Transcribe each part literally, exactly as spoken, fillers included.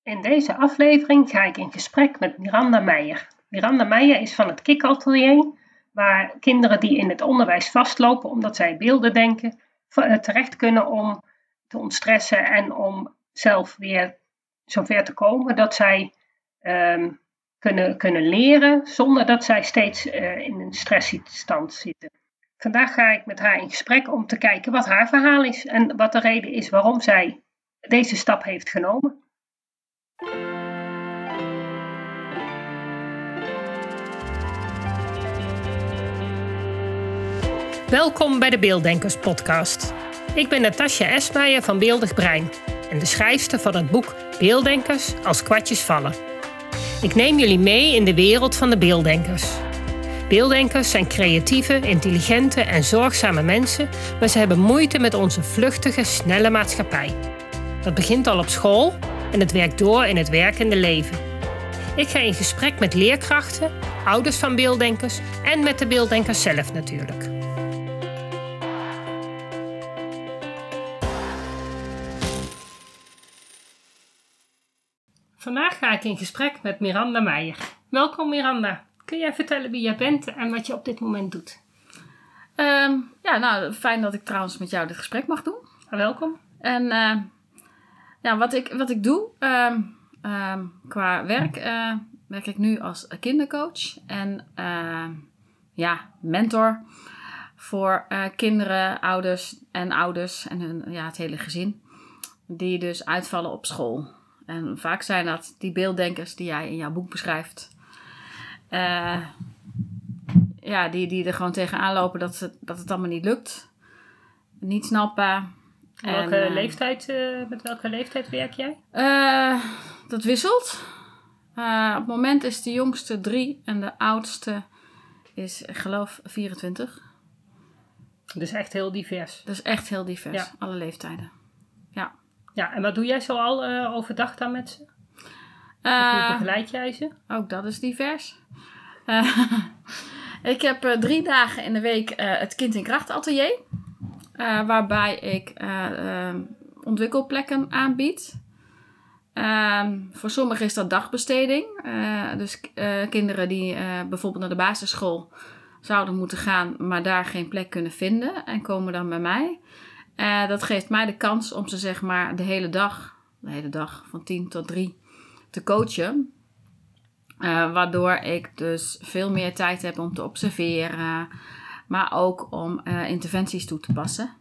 In deze aflevering ga ik in gesprek met Miranda Meijer. Miranda Meijer is van het Kik Atelier, waar kinderen die in het onderwijs vastlopen omdat zij beelden denken, terecht kunnen om te ontstressen en om zelf weer zover te komen dat zij um, kunnen, kunnen leren zonder dat zij steeds uh, in een stressstand zitten. Vandaag ga ik met haar in gesprek om te kijken wat haar verhaal is en wat de reden is waarom zij deze stap heeft genomen. Welkom bij de Beelddenkers podcast. Ik ben Natasja Esmeijer van Beeldig Brein en de schrijfster van het boek Beelddenkers als kwartjes vallen. Ik neem jullie mee in de wereld van de beelddenkers. Beelddenkers zijn creatieve, intelligente en zorgzame mensen, maar ze hebben moeite met onze vluchtige, snelle maatschappij. Dat begint al op school en het werkt door in het werkende leven. Ik ga in gesprek met leerkrachten, ouders van beelddenkers en met de beelddenkers zelf natuurlijk. Vandaag ga ik in gesprek met Miranda Meijer. Welkom Miranda. Kun jij vertellen wie jij bent en wat je op dit moment doet? Um, ja, nou, fijn dat ik trouwens met jou dit gesprek mag doen. Welkom. En uh, ja, wat ik, wat ik doe um, um, qua werk, uh, werk ik nu als kindercoach en uh, ja, mentor voor uh, kinderen, ouders en ouders en hun, ja, het hele gezin. Die dus uitvallen op school. En vaak zijn dat die beelddenkers die jij in jouw boek beschrijft. Uh, ja, die, die er gewoon tegenaan lopen dat, ze, dat het allemaal niet lukt. Niet snappen. Welke en, uh, leeftijd, uh, met welke leeftijd werk jij? Uh, dat wisselt. Uh, op het moment is de jongste drie en de oudste is, ik geloof, vierentwintig. Dus echt heel divers. Dus echt heel divers, ja. Alle leeftijden. Ja. Ja, en wat doe jij zo al uh, overdag dan met ze? Uh, of hoe begeleid jij ze? Ook dat is divers. Uh, ik heb uh, drie dagen in de week uh, het Kind in Kracht Atelier. Uh, waarbij ik uh, uh, ontwikkelplekken aanbied. Uh, voor sommigen is dat dagbesteding. Uh, dus uh, kinderen die uh, bijvoorbeeld naar de basisschool zouden moeten gaan, maar daar geen plek kunnen vinden. En komen dan bij mij. Uh, dat geeft mij de kans om ze zeg maar de hele dag, de hele dag van tien tot drie te coachen. Uh, waardoor ik dus veel meer tijd heb om te observeren. Maar ook om uh, interventies toe te passen.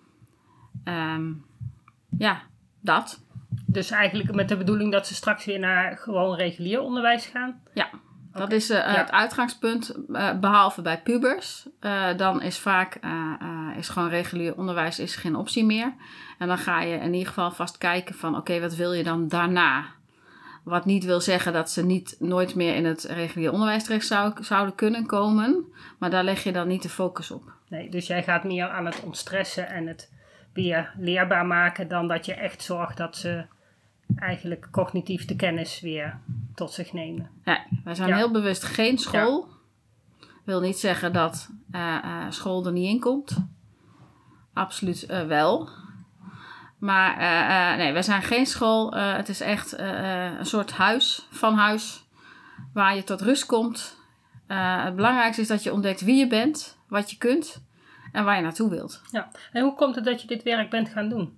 Um, ja, dat. Dus eigenlijk met de bedoeling dat ze straks weer naar gewoon regulier onderwijs gaan? Ja, dat okay. is uh, ja. het uitgangspunt. Uh, behalve bij pubers. Uh, dan is vaak uh, uh, is gewoon regulier onderwijs is geen optie meer. En dan ga je in ieder geval vast kijken van oké, okay, wat wil je dan daarna? Wat niet wil zeggen dat ze niet nooit meer in het regulier onderwijs terecht zou, zouden kunnen komen. Maar daar leg je dan niet de focus op. Nee, dus jij gaat meer aan het ontstressen en het weer leerbaar maken dan dat je echt zorgt dat ze eigenlijk cognitief de kennis weer tot zich nemen. Ja, wij zijn ja. heel bewust geen school. Ja. Wil niet zeggen dat uh, uh, school er niet in komt. Absoluut uh, wel. Maar uh, uh, nee, wij zijn geen school. Uh, het is echt uh, een soort huis van huis waar je tot rust komt. Uh, het belangrijkste is dat je ontdekt wie je bent, wat je kunt en waar je naartoe wilt. Ja. En hoe komt het dat je dit werk bent gaan doen?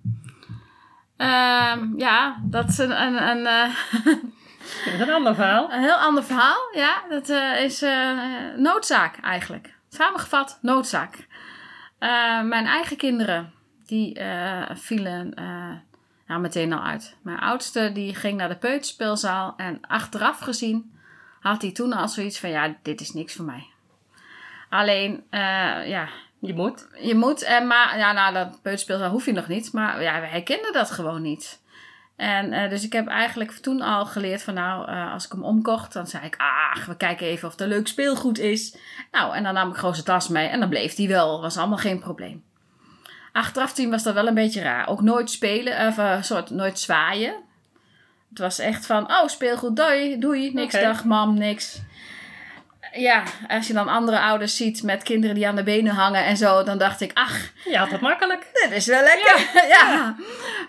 Uh, ja, dat is een... een, een uh, dat is een ander verhaal. Een heel ander verhaal, ja. Dat uh, is uh, noodzaak eigenlijk. Samengevat, noodzaak. Uh, mijn eigen kinderen, die uh, vielen uh, nou, meteen al uit. Mijn oudste, die ging naar de peuterspeelzaal en achteraf gezien had hij toen al zoiets van, ja, dit is niks voor mij. Alleen, uh, ja... Je moet. Je moet, en maar, ja, nou, dat peuterspeelzaal hoef je nog niet, maar ja, wij kenden dat gewoon niet. En uh, dus ik heb eigenlijk toen al geleerd van, nou, uh, als ik hem omkocht, dan zei ik, ah, we kijken even of er leuk speelgoed is. Nou, en dan nam ik gewoon zijn tas mee en dan bleef die wel, was allemaal geen probleem. Achteraf zien was dat wel een beetje raar. Ook nooit spelen, of uh, soort nooit zwaaien. Het was echt van, oh, speelgoed, doei, doei, niks, okay. Dag, mam, niks. Ja, als je dan andere ouders ziet met kinderen die aan de benen hangen en zo, dan dacht ik, ach. Je had het makkelijk. Dit is wel lekker. Ja. Ja.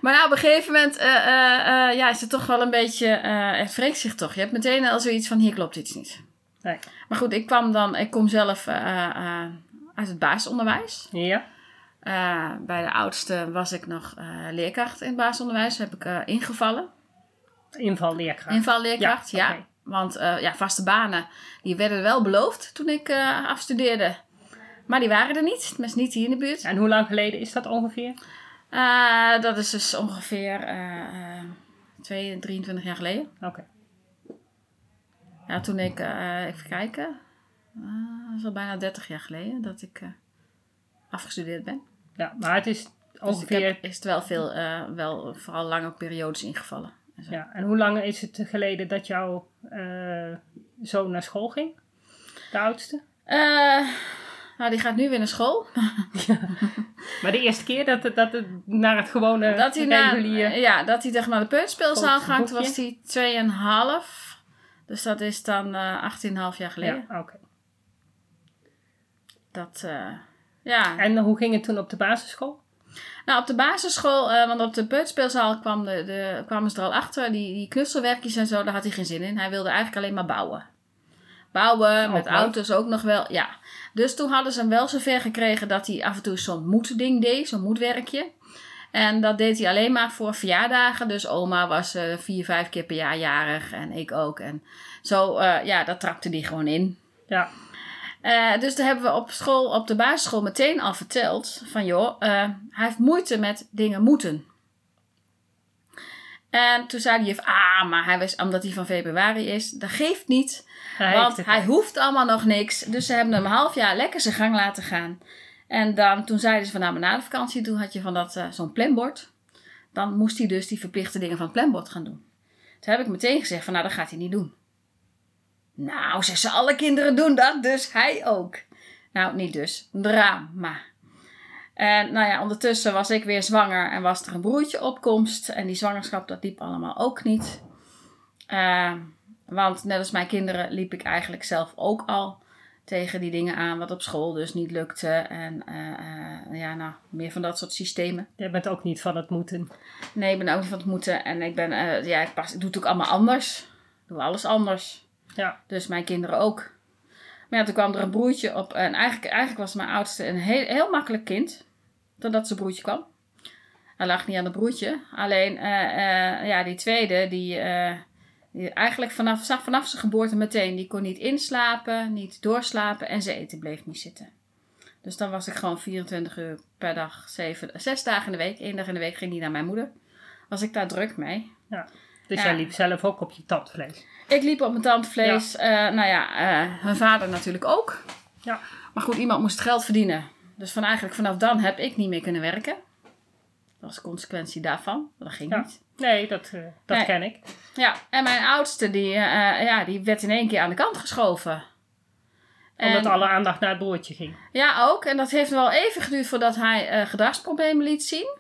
Maar nou, op een gegeven moment uh, uh, uh, ja, is het toch wel een beetje... Uh, het wreekt zich toch. Je hebt meteen al zoiets van, hier klopt iets niet. Nee. Maar goed, ik kwam dan... Ik kom zelf uh, uh, uit het basisonderwijs. Ja. Uh, bij de oudste was ik nog uh, leerkracht in het basisonderwijs. Heb ik uh, ingevallen. Invalleerkracht. Invalleerkracht, ja. ja. Okay. Want uh, ja, vaste banen, die werden wel beloofd toen ik uh, afstudeerde. Maar die waren er niet. Tenminste niet hier in de buurt. En hoe lang geleden is dat ongeveer? Uh, dat is dus ongeveer uh, uh, twee, drieëntwintig jaar geleden. Oké. Okay. Ja, toen ik, uh, even kijken. Uh, dat is al bijna dertig jaar geleden dat ik uh, afgestudeerd ben. Ja, maar het is ongeveer... Dus heb, is het wel veel, uh, wel vooral lange periodes ingevallen. En, ja, en hoe lang is het geleden dat jouw uh, zoon naar school ging? De oudste? Uh, nou, die gaat nu weer naar school. Ja. Maar de eerste keer dat het, dat het naar het gewone dat hij reguliere... naar, ja, dat hij zeg maar de peuterspeelzaal gaat, was hij tweeënhalf. Dus dat is dan uh, achttien komma vijf jaar geleden. Ja, oké. Okay. Dat, uh, ja. En hoe ging het toen op de basisschool? Nou, op de basisschool, uh, want op de peuterspeelzaal kwam de, de, kwamen ze er al achter. Die, die knutselwerkjes en zo, daar had hij geen zin in. Hij wilde eigenlijk alleen maar bouwen. Bouwen, met okay. auto's ook nog wel, ja. Dus toen hadden ze hem wel zover gekregen dat hij af en toe zo'n moedding deed, zo'n moedwerkje. En dat deed hij alleen maar voor verjaardagen. Dus oma was uh, vier, vijf keer per jaar jarig en ik ook. En zo, uh, ja, dat trapte hij gewoon in. Ja. Uh, dus daar hebben we op school, op de basisschool meteen al verteld van joh, uh, hij heeft moeite met dingen moeten. En toen zei de juf, ah, maar hij wist, omdat hij van februari is, dat geeft niet. Hij want hij hoeft allemaal nog niks. Dus ze hebben hem een half jaar lekker zijn gang laten gaan. En dan, toen zeiden ze van, nou, maar na de vakantie, toen had je van dat uh, zo'n planbord. Dan moest hij dus die verplichte dingen van het planbord gaan doen. Toen heb ik meteen gezegd van, nou, dat gaat hij niet doen. Nou, ze alle kinderen doen dat, dus hij ook. Nou, niet dus. Drama. En nou ja, ondertussen was ik weer zwanger en was er een broertje op komst. En die zwangerschap, dat liep allemaal ook niet. Uh, want net als mijn kinderen liep ik eigenlijk zelf ook al tegen die dingen aan wat op school dus niet lukte. En uh, uh, ja, nou, meer van dat soort systemen. Jij bent ook niet van het moeten. Nee, ik ben ook niet van het moeten. En ik ben, uh, ja, ik, pas, ik doe het ook allemaal anders. Ik doe alles anders. Ja. Dus mijn kinderen ook. Maar ja, toen kwam er een broertje op. En eigenlijk, eigenlijk was mijn oudste een heel, heel makkelijk kind. Totdat zijn broertje kwam. Hij lag niet aan het broertje. Alleen, uh, uh, ja, die tweede, die, uh, die eigenlijk vanaf, zag vanaf zijn geboorte meteen. Die kon niet inslapen, niet doorslapen en zijn eten bleef niet zitten. Dus dan was ik gewoon vierentwintig uur per dag, zeven, zes dagen in de week. Eén dag in de week ging die naar mijn moeder. Was ik daar druk mee. Ja. Dus ja. jij liep zelf ook op je tandvlees? Ik liep op mijn tandvlees. Ja. Uh, nou ja, uh, mijn vader natuurlijk ook. Ja. Maar goed, iemand moest geld verdienen. Dus van eigenlijk vanaf dan heb ik niet meer kunnen werken. Dat was de consequentie daarvan. Dat ging ja. niet. Nee, dat, uh, dat nee. ken ik. Ja, en mijn oudste, die, uh, ja, die werd in één keer aan de kant geschoven. Omdat en, alle aandacht naar het broertje ging. Ja, ook. En dat heeft wel even geduurd voordat hij uh, gedragsproblemen liet zien.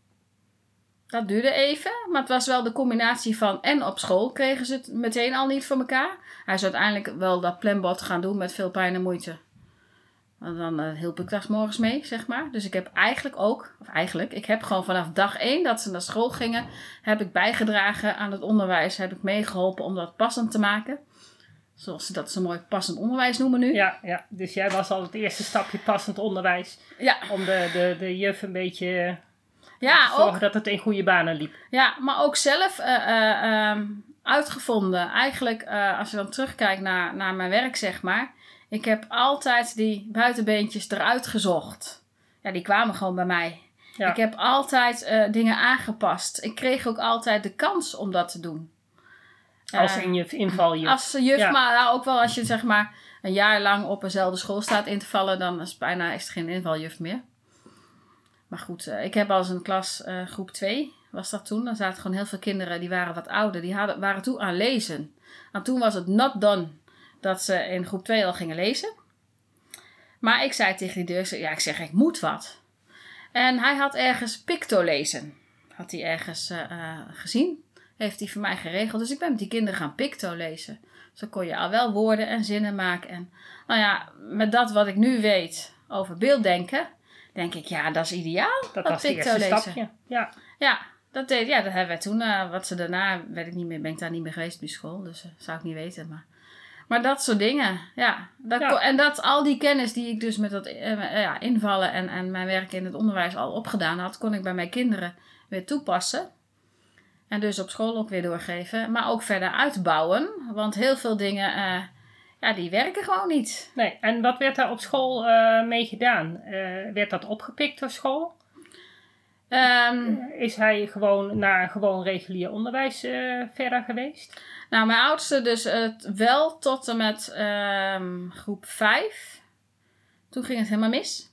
Dat duurde even, maar het was wel de combinatie van en op school kregen ze het meteen al niet voor elkaar. Hij is uiteindelijk wel dat planbord gaan doen met veel pijn en moeite. En dan uh, hielp ik daar 's morgens mee, zeg maar. Dus ik heb eigenlijk ook, of eigenlijk, ik heb gewoon vanaf dag één dat ze naar school gingen, heb ik bijgedragen aan het onderwijs. Heb ik meegeholpen om dat passend te maken. Zoals ze dat zo mooi passend onderwijs noemen nu. Ja, ja. Dus jij was al het eerste stapje passend onderwijs. Ja. Om de, de, de juf een beetje... Ja, zorgen ook, dat het in goede banen liep. Ja, maar ook zelf uh, uh, um, uitgevonden. Eigenlijk, uh, als je dan terugkijkt naar, naar mijn werk, zeg maar. Ik heb altijd die buitenbeentjes eruit gezocht. Ja, die kwamen gewoon bij mij. Ja. Ik heb altijd uh, dingen aangepast. Ik kreeg ook altijd de kans om dat te doen. Als uh, in je invaljuf. Als juf, ja. maar nou, ook wel als je zeg maar een jaar lang op eenzelfde school staat in te vallen. Dan is het bijna is het geen invaljuf meer. Maar goed, uh, ik heb als een klas uh, groep twee, was dat toen. Dan zaten gewoon heel veel kinderen, die waren wat ouder. Die hadden, waren toe aan lezen. En toen was het not done dat ze in groep twee al gingen lezen. Maar ik zei tegen die deur, ja, ik zeg, ik moet wat. En hij had ergens picto lezen. Had hij ergens uh, uh, gezien. Heeft hij voor mij geregeld. Dus ik ben met die kinderen gaan picto lezen. Zo kon je al wel woorden en zinnen maken. En nou ja, met dat wat ik nu weet over beelddenken, denk ik, ja, dat is ideaal. Dat was het eerste lezen. stapje. Ja. Ja, dat deed, ja, dat hebben we toen. Uh, wat ze daarna, weet ik niet meer, ben ik daar niet meer geweest bij school. Dus uh, zou ik niet weten. Maar, maar dat soort dingen, ja. Dat Ja. Kon, en dat al die kennis die ik dus met dat uh, ja, invallen en, en mijn werk in het onderwijs al opgedaan had, kon ik bij mijn kinderen weer toepassen. En dus op school ook weer doorgeven. Maar ook verder uitbouwen. Want heel veel dingen, uh, ja, die werken gewoon niet. Nee, en wat werd daar op school uh, mee gedaan? Uh, werd dat opgepikt door school? Um, Is hij gewoon naar gewoon regulier onderwijs uh, verder geweest? Nou, mijn oudste dus uh, wel tot en met uh, groep vijf. Toen ging het helemaal mis.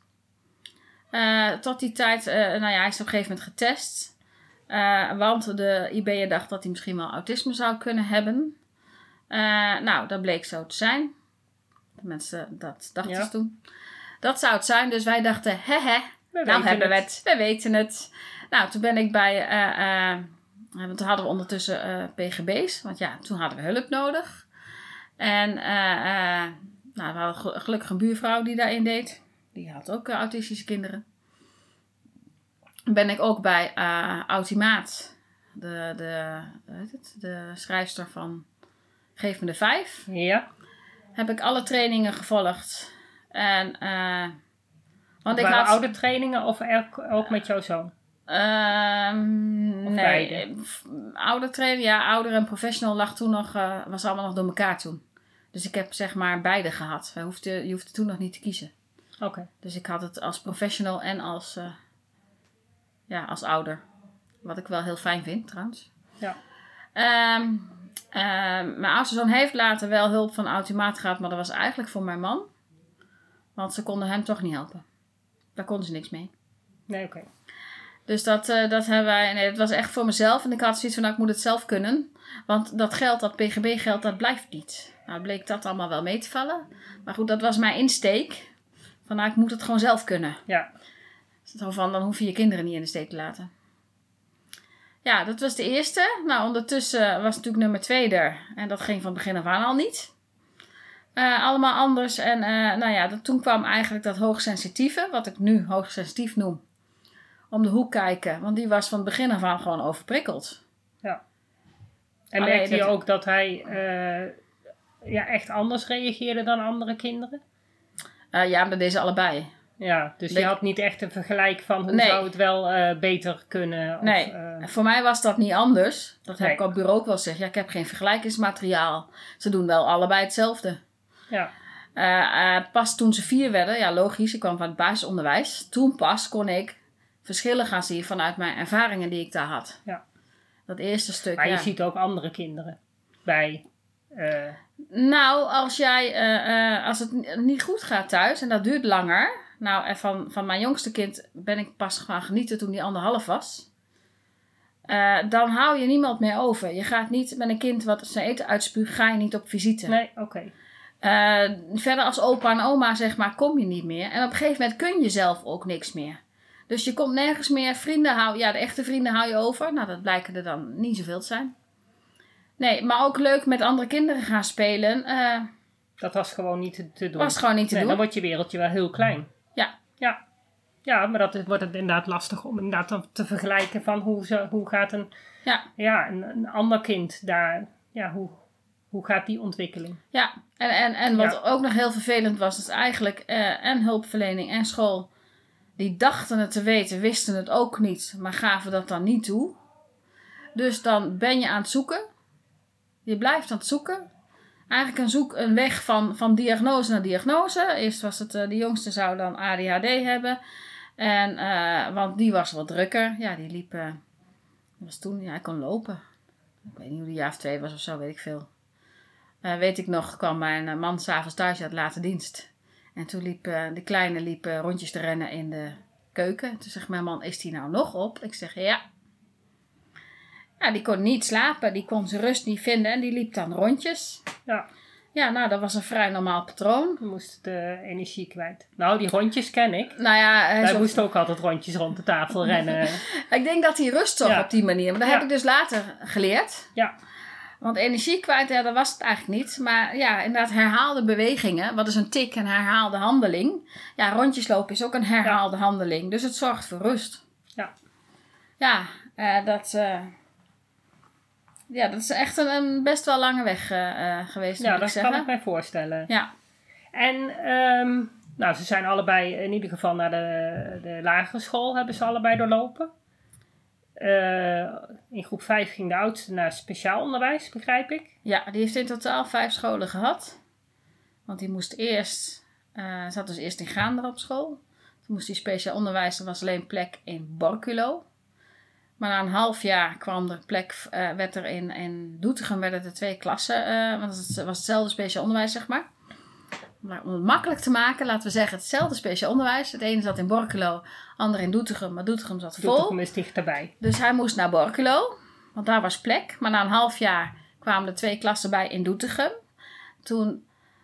Uh, tot die tijd, uh, nou ja, hij is op een gegeven moment getest. Uh, want de I B'er dacht dat hij misschien wel autisme zou kunnen hebben. Uh, nou, dat bleek zo te zijn. De mensen, dat dachten Ja. ze toen. Dat zou het zijn, dus wij dachten, hè hè, nou hebben we het, we weten het. Nou, toen ben ik bij, uh, uh, want toen hadden we ondertussen uh, P G B's, want ja, toen hadden we hulp nodig. En uh, uh, nou, we hadden gelukkig een buurvrouw die daarin deed. Die had ook uh, autistische kinderen. Ben ik ook bij uh, Autimaat, de, de, weet het, de schrijfster van Geef me de Vijf. Ja. Heb ik alle trainingen gevolgd. En, uh, want ik Waren had oude trainingen of ook, ook met jouw zoon? Uh, nee, beide? ouder training, ja, ouder en professional lag toen nog, uh, was allemaal nog door elkaar toen. Dus ik heb zeg maar beide gehad. Je hoefde, je hoefde toen nog niet te kiezen. Oké. Okay. Dus ik had het als professional en als, uh, ja, als ouder. Wat ik wel heel fijn vind trouwens. Ja. Um, uh, mijn oudste zoon heeft later wel hulp van Autimaat gehad, maar dat was eigenlijk voor mijn man. Want ze konden hem toch niet helpen. Daar konden ze niks mee. Nee, oké. Okay. Dus dat, uh, dat hebben wij, nee, het was echt voor mezelf. En ik had zoiets van, nou, ik moet het zelf kunnen. Want dat geld, dat P G B-geld, dat blijft niet. Nou, bleek dat allemaal wel mee te vallen. Maar goed, dat was mijn insteek. Van, nou, ik moet het gewoon zelf kunnen. Ja. Zo van, dan hoef je je kinderen niet in de steek te laten. Ja, dat was de eerste. Nou, ondertussen was natuurlijk nummer twee er. En dat ging van begin af aan al niet. Uh, allemaal anders. En uh, nou ja, dat, toen kwam eigenlijk dat hoogsensitieve, wat ik nu hoogsensitief noem, om de hoek kijken. Want die was van het begin af aan gewoon overprikkeld. Ja. En Allee, merkte je dat... ook dat hij uh, ja, echt anders reageerde dan andere kinderen? Uh, ja, maar deze allebei. Ja, dus Denk... je had niet echt een vergelijk van hoe nee. zou het wel uh, beter kunnen? Of, nee, uh... voor mij was dat niet anders. Dat heb nee. ik op bureau ook wel gezegd. Ja, ik heb geen vergelijkingsmateriaal. Ze doen wel allebei hetzelfde. Ja. Uh, uh, pas toen ze vier werden, ja logisch, ik kwam van het basisonderwijs. Toen pas kon ik verschillen gaan zien vanuit mijn ervaringen die ik daar had. Ja. Dat eerste stuk, Maar je ja. ziet ook andere kinderen bij... Uh... Nou, als jij, uh, uh, als het niet goed gaat thuis en dat duurt langer. Nou, en van, van mijn jongste kind ben ik pas gaan genieten toen die anderhalf was. Uh, dan hou je niemand meer over. Je gaat niet met een kind wat zijn eten uitspuugt, ga je niet op visite. Nee, oké. Okay. Uh, verder als opa en oma, zeg maar, kom je niet meer. En op een gegeven moment kun je zelf ook niks meer. Dus je komt nergens meer. Vrienden hou, ja, de echte vrienden hou je over. Nou, dat blijken er dan niet zoveel te zijn. Nee, maar ook leuk met andere kinderen gaan spelen. Uh, dat was gewoon niet te, te doen. Was gewoon niet te nee, doen. Dan wordt je wereldje wel heel klein. Ja. Ja. Ja, maar dat wordt het inderdaad lastig om inderdaad te vergelijken van hoe, zo, hoe gaat een, ja. Ja, een, een ander kind daar, ja, hoe, hoe gaat die ontwikkeling? Ja, en, en, en wat ja. ook nog heel vervelend was, is eigenlijk uh, en hulpverlening en school, die dachten het te weten, wisten het ook niet, maar gaven dat dan niet toe. Dus dan ben je aan het zoeken. Je blijft aan het zoeken. Eigenlijk een zoek, een weg van, van diagnose naar diagnose. Eerst was het, uh, de jongste zou dan A D H D hebben. En, uh, want die was wat drukker. Ja, die liep, uh, was toen, ja, hij kon lopen. Ik weet niet hoe die jaar of twee was of zo, weet ik veel. Uh, weet ik nog, kwam mijn man 's avonds thuis uit late dienst. En toen liep uh, de kleine liep, uh, rondjes te rennen in de keuken. Toen zegt mijn man, is die nou nog op? Ik zeg, ja. Ja, die kon niet slapen. Die kon zijn rust niet vinden. En die liep dan rondjes. Ja. Ja, nou, dat was een vrij normaal patroon. Je moest de energie kwijt. Nou, die rondjes ken ik. Nou ja, Wij zo... moesten ook altijd rondjes rond de tafel rennen. Ik denk dat hij rust zocht ja. op die manier. Maar dat ja. heb ik dus later geleerd. Ja. Want energie kwijt, ja, dat was het eigenlijk niet. Maar ja, inderdaad herhaalde bewegingen. Wat is een tik, een herhaalde handeling. Ja, rondjes lopen is ook een herhaalde ja. handeling. Dus het zorgt voor rust. Ja. Ja, Uh, dat, uh, ja, dat is echt een, een best wel lange weg uh, geweest. Ja, moet dat ik kan zeggen. ik mij voorstellen. Ja. En um, nou, ze zijn allebei in ieder geval naar de, de lagere school, hebben ze allebei doorlopen. Uh, in groep vijf ging de oudste naar speciaal onderwijs, begrijp ik. Ja, die heeft in totaal vijf scholen gehad. Want die moest eerst, uh, zat dus eerst in Gaanderen op school. Toen moest die speciaal onderwijs, er was alleen plek in Borculo. Maar na een half jaar kwam er plek, uh, werd er in, in Doetinchem werden er twee klassen. Uh, want het was hetzelfde speciaal onderwijs, zeg maar. Maar om het makkelijk te maken, laten we zeggen hetzelfde speciaal onderwijs. Het ene zat in Borculo, het andere in Doetinchem, maar Doetinchem zat vol. Doetinchem is dichterbij. Dus hij moest naar Borculo, want daar was plek. Maar na een half jaar kwamen er twee klassen bij in Doetinchem. Toen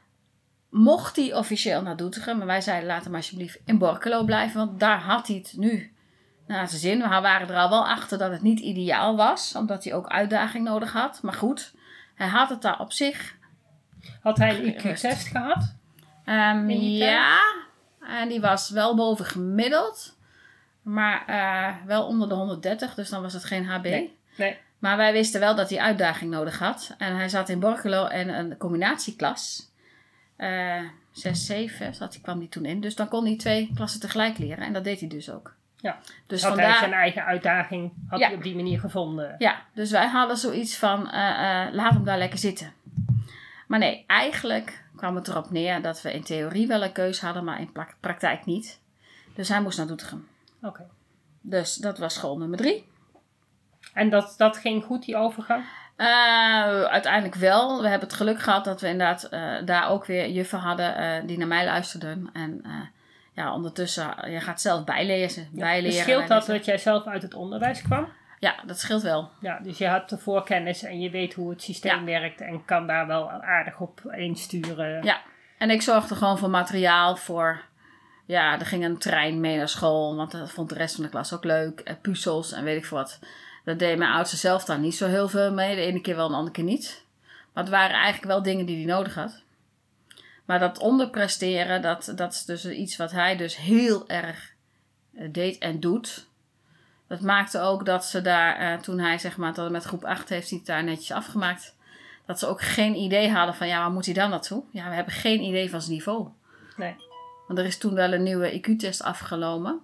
mocht hij officieel naar Doetinchem, maar wij zeiden laat hem alsjeblieft in Borculo blijven, want daar had hij het nu naar zijn zin. We waren er al wel achter dat het niet ideaal was, omdat hij ook uitdaging nodig had. Maar goed, hij had het daar op zich. Had hij een I Q-test gehad? Um, ja, en die was wel boven gemiddeld, maar uh, wel onder de honderddertig, dus dan was het geen H B. Nee, nee. Maar wij wisten wel dat hij uitdaging nodig had. En hij zat in Borculo en een combinatieklas. Uh, zes, zeven zat, hij, kwam hij toen in. Dus dan kon hij twee klassen tegelijk leren. En dat deed hij dus ook. Ja, dus had vandaar, hij zijn eigen uitdaging had ja. hij op die manier gevonden. Ja, dus wij hadden zoiets van, uh, uh, laat hem daar lekker zitten. Maar nee, eigenlijk kwam het erop neer dat we in theorie wel een keus hadden, maar in praktijk niet. Dus hij moest naar Doetinchem. Oké. Okay. Dus dat was school nummer drie. En dat, dat ging goed, die overgang? Uh, uiteindelijk wel. We hebben het geluk gehad dat we inderdaad uh, daar ook weer juffen hadden uh, die naar mij luisterden. En uh, ja, ondertussen, je gaat zelf bijlezen. Ja, bijleren. Dus scheelt dat dat jij zelf uit het onderwijs kwam? Ja, dat scheelt wel. Ja, dus je had de voorkennis en je weet hoe het systeem ja. werkt en kan daar wel aardig op insturen. Ja, en ik zorgde gewoon voor materiaal, voor... Ja, er ging een trein mee naar school, want dat vond de rest van de klas ook leuk. En puzzels en weet ik veel wat. Dat deed mijn oudste zelf dan niet zo heel veel mee. De ene keer wel, de andere keer niet. Maar het waren eigenlijk wel dingen die hij nodig had. Maar dat onderpresteren, dat, dat is dus iets wat hij dus heel erg deed en doet. Dat maakte ook dat ze daar, uh, toen hij zeg maar, tot en met groep acht heeft hij het daar netjes afgemaakt. Dat ze ook geen idee hadden van, ja, waar moet hij dan naartoe? Ja, we hebben geen idee van zijn niveau. Nee. Want er is toen wel een nieuwe I Q-test afgenomen.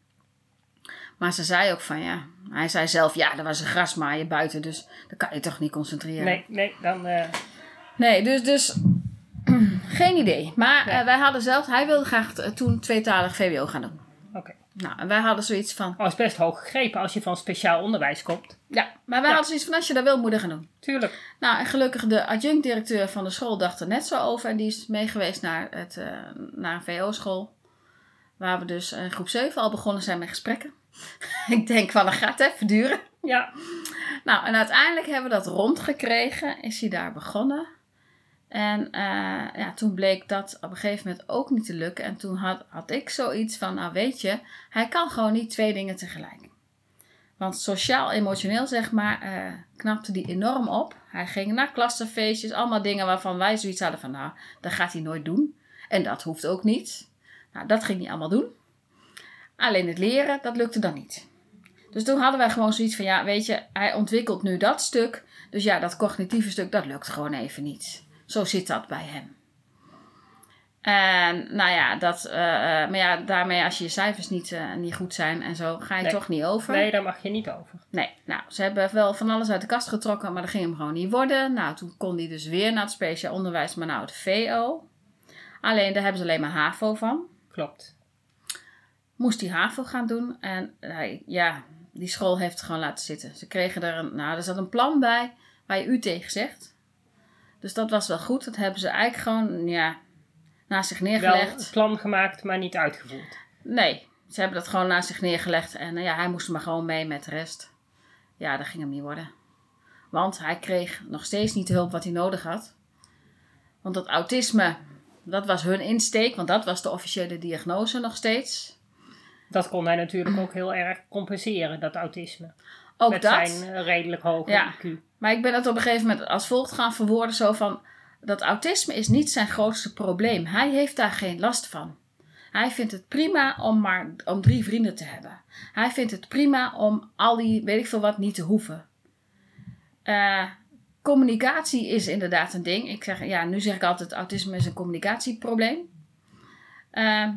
Maar ze zei ook van, ja, hij zei zelf, ja, er was een grasmaaier buiten, dus dan kan je toch niet concentreren. Nee, nee, dan... Uh... Nee, dus, dus geen idee. Maar nee. uh, wij hadden zelf, hij wilde graag uh, toen tweetalig V W O gaan doen. Oké. Okay. Nou, en wij hadden zoiets van... Oh, is best hoog gegrepen als je van speciaal onderwijs komt. Ja, maar wij ja. hadden zoiets van, als je dat wil, moet je gaan doen. Tuurlijk. Nou, en gelukkig de adjunct-directeur van de school dacht er net zo over. En die is meegeweest naar, het, uh, naar een V O-school. Waar we dus in groep zeven al begonnen zijn met gesprekken. Ik denk van, dat gaat even duren. Ja. Nou, en uiteindelijk hebben we dat rondgekregen. Is hij daar begonnen. En uh, ja, toen bleek dat op een gegeven moment ook niet te lukken. En toen had, had ik zoiets van, nou weet je, hij kan gewoon niet twee dingen tegelijk. Want sociaal-emotioneel, zeg maar, uh, knapte die enorm op. Hij ging naar klassenfeestjes, allemaal dingen waarvan wij zoiets hadden van, nou, dat gaat hij nooit doen. En dat hoeft ook niet. Nou, dat ging hij allemaal doen. Alleen het leren, dat lukte dan niet. Dus toen hadden wij gewoon zoiets van, ja, weet je, hij ontwikkelt nu dat stuk. Dus ja, dat cognitieve stuk, dat lukt gewoon even niet. Zo zit dat bij hem. En nou ja, dat, uh, maar ja, daarmee als je je cijfers niet, uh, niet goed zijn en zo, ga je nee. toch niet over. Nee, daar mag je niet over. Nee, nou, ze hebben wel van alles uit de kast getrokken, maar dat ging hem gewoon niet worden. Nou, toen kon hij dus weer naar het speciaal onderwijs, maar nou het V O. Alleen, daar hebben ze alleen maar HAVO van. Klopt. Moest hij HAVO gaan doen en uh, ja, die school heeft het gewoon laten zitten. Ze kregen er een, nou, er zat een plan bij waar je u tegen zegt. Dus dat was wel goed. Dat hebben ze eigenlijk gewoon, ja, naast zich neergelegd. Wel een plan gemaakt, maar niet uitgevoerd. Nee, ze hebben dat gewoon naast zich neergelegd. En uh, ja, hij moest maar gewoon mee met de rest. Ja, dat ging hem niet worden. Want hij kreeg nog steeds niet de hulp wat hij nodig had. Want dat autisme, dat was hun insteek. Want dat was de officiële diagnose nog steeds. Dat kon hij natuurlijk ook heel erg compenseren, dat autisme. Ook met dat. zijn uh, redelijk hoge ja. I Q. Maar ik ben het op een gegeven moment als volgt gaan verwoorden. Zo van, dat autisme is niet zijn grootste probleem. Hij heeft daar geen last van. Hij vindt het prima om maar om drie vrienden te hebben. Hij vindt het prima om al die, weet ik veel wat, niet te hoeven. Uh, communicatie is inderdaad een ding. Ik zeg, ja, nu zeg ik altijd, autisme is een communicatieprobleem. Uh,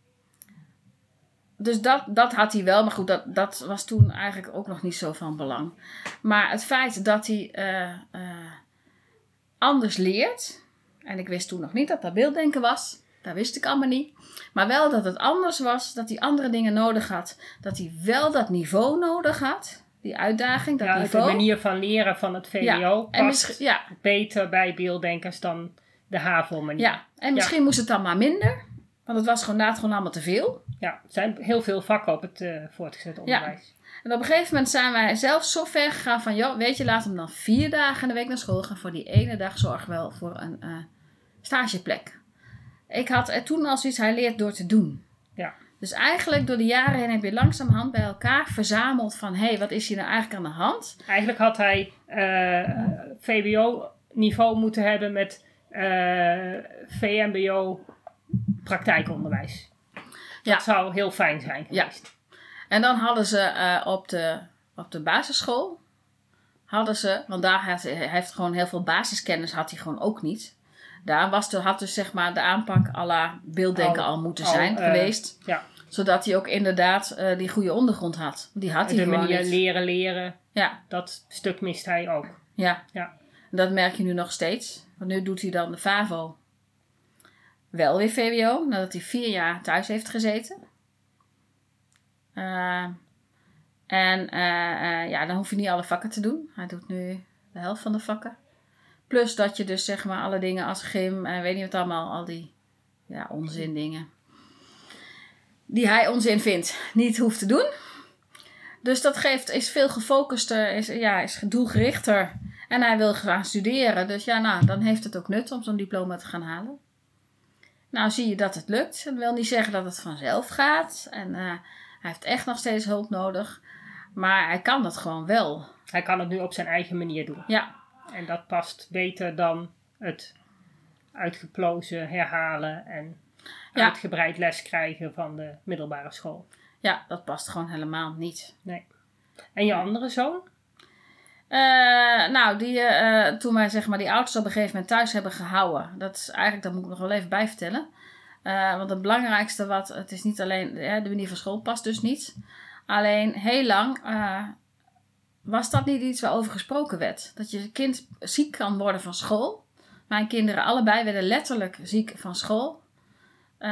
dus dat, dat had hij wel. Maar goed, dat, dat was toen eigenlijk ook nog niet zo van belang. Maar het feit dat hij uh, uh, anders leert. En ik wist toen nog niet dat dat beelddenken was. Dat wist ik allemaal niet. Maar wel dat het anders was. Dat hij andere dingen nodig had. Dat hij wel dat niveau nodig had. Die uitdaging, dat ja, niveau. De manier van leren van het V W O ja, past en misschien, ja. beter bij beelddenkers dan de HAVO-manier. Ja, en misschien ja. moest het dan maar minder. Want het was gewoon, inderdaad gewoon allemaal te veel. Ja, er zijn heel veel vakken op het uh, voortgezet onderwijs. Ja. En op een gegeven moment zijn wij zelf zo ver gegaan van... joh, weet je, laat hem dan vier dagen in de week naar school gaan. Voor die ene dag zorg wel voor een uh, stageplek. Ik had er toen al zoiets, hij leert door te doen. Ja. Dus eigenlijk door de jaren heen heb je langzamerhand bij elkaar verzameld van... hé, hey, wat is hier nou eigenlijk aan de hand? Eigenlijk had hij uh, V W O-niveau moeten hebben met uh, V M B O praktijkonderwijs. Ja. Dat zou heel fijn zijn geweest. Ja. En dan hadden ze uh, op, de, op de basisschool... hadden ze, want daar had, hij heeft gewoon heel veel basiskennis had hij gewoon ook niet... Daar was de, had dus zeg maar de aanpak à la beelddenken al, al moeten zijn al, uh, geweest. Ja. Zodat hij ook inderdaad uh, die goede ondergrond had. Die had hij de gewoon manier niet. leren leren. Ja. Dat stuk mist hij ook. Ja. ja. En dat merk je nu nog steeds. Want nu doet hij dan de FAVO. Wel weer V W O. Nadat hij vier jaar thuis heeft gezeten. Uh, en uh, uh, ja, dan hoef je niet alle vakken te doen. Hij doet nu de helft van de vakken. Plus dat je dus zeg maar alle dingen als gym en weet niet wat allemaal, al die ja, onzin dingen. Die hij onzin vindt, niet hoeft te doen. Dus dat geeft, is veel gefocuster, is, ja, is doelgerichter. En hij wil gaan studeren. Dus ja, nou, dan heeft het ook nut om zo'n diploma te gaan halen. Nou zie je dat het lukt. Dat wil niet zeggen dat het vanzelf gaat. En uh, hij heeft echt nog steeds hulp nodig. Maar hij kan dat gewoon wel. Hij kan het nu op zijn eigen manier doen. Ja. En dat past beter dan het uitgeplozen herhalen en ja. uitgebreid les krijgen van de middelbare school. Ja, dat past gewoon helemaal niet. Nee. En je andere zoon? Uh, nou, die, uh, toen wij zeg maar die ouders op een gegeven moment thuis hebben gehouden. Dat is eigenlijk, dat moet ik nog wel even bij vertellen. Uh, want het belangrijkste wat, het is niet alleen, ja, de manier van school past dus niet. Alleen heel lang... Uh, was dat niet iets waarover gesproken werd? Dat je kind ziek kan worden van school. Mijn kinderen allebei werden letterlijk ziek van school. Uh,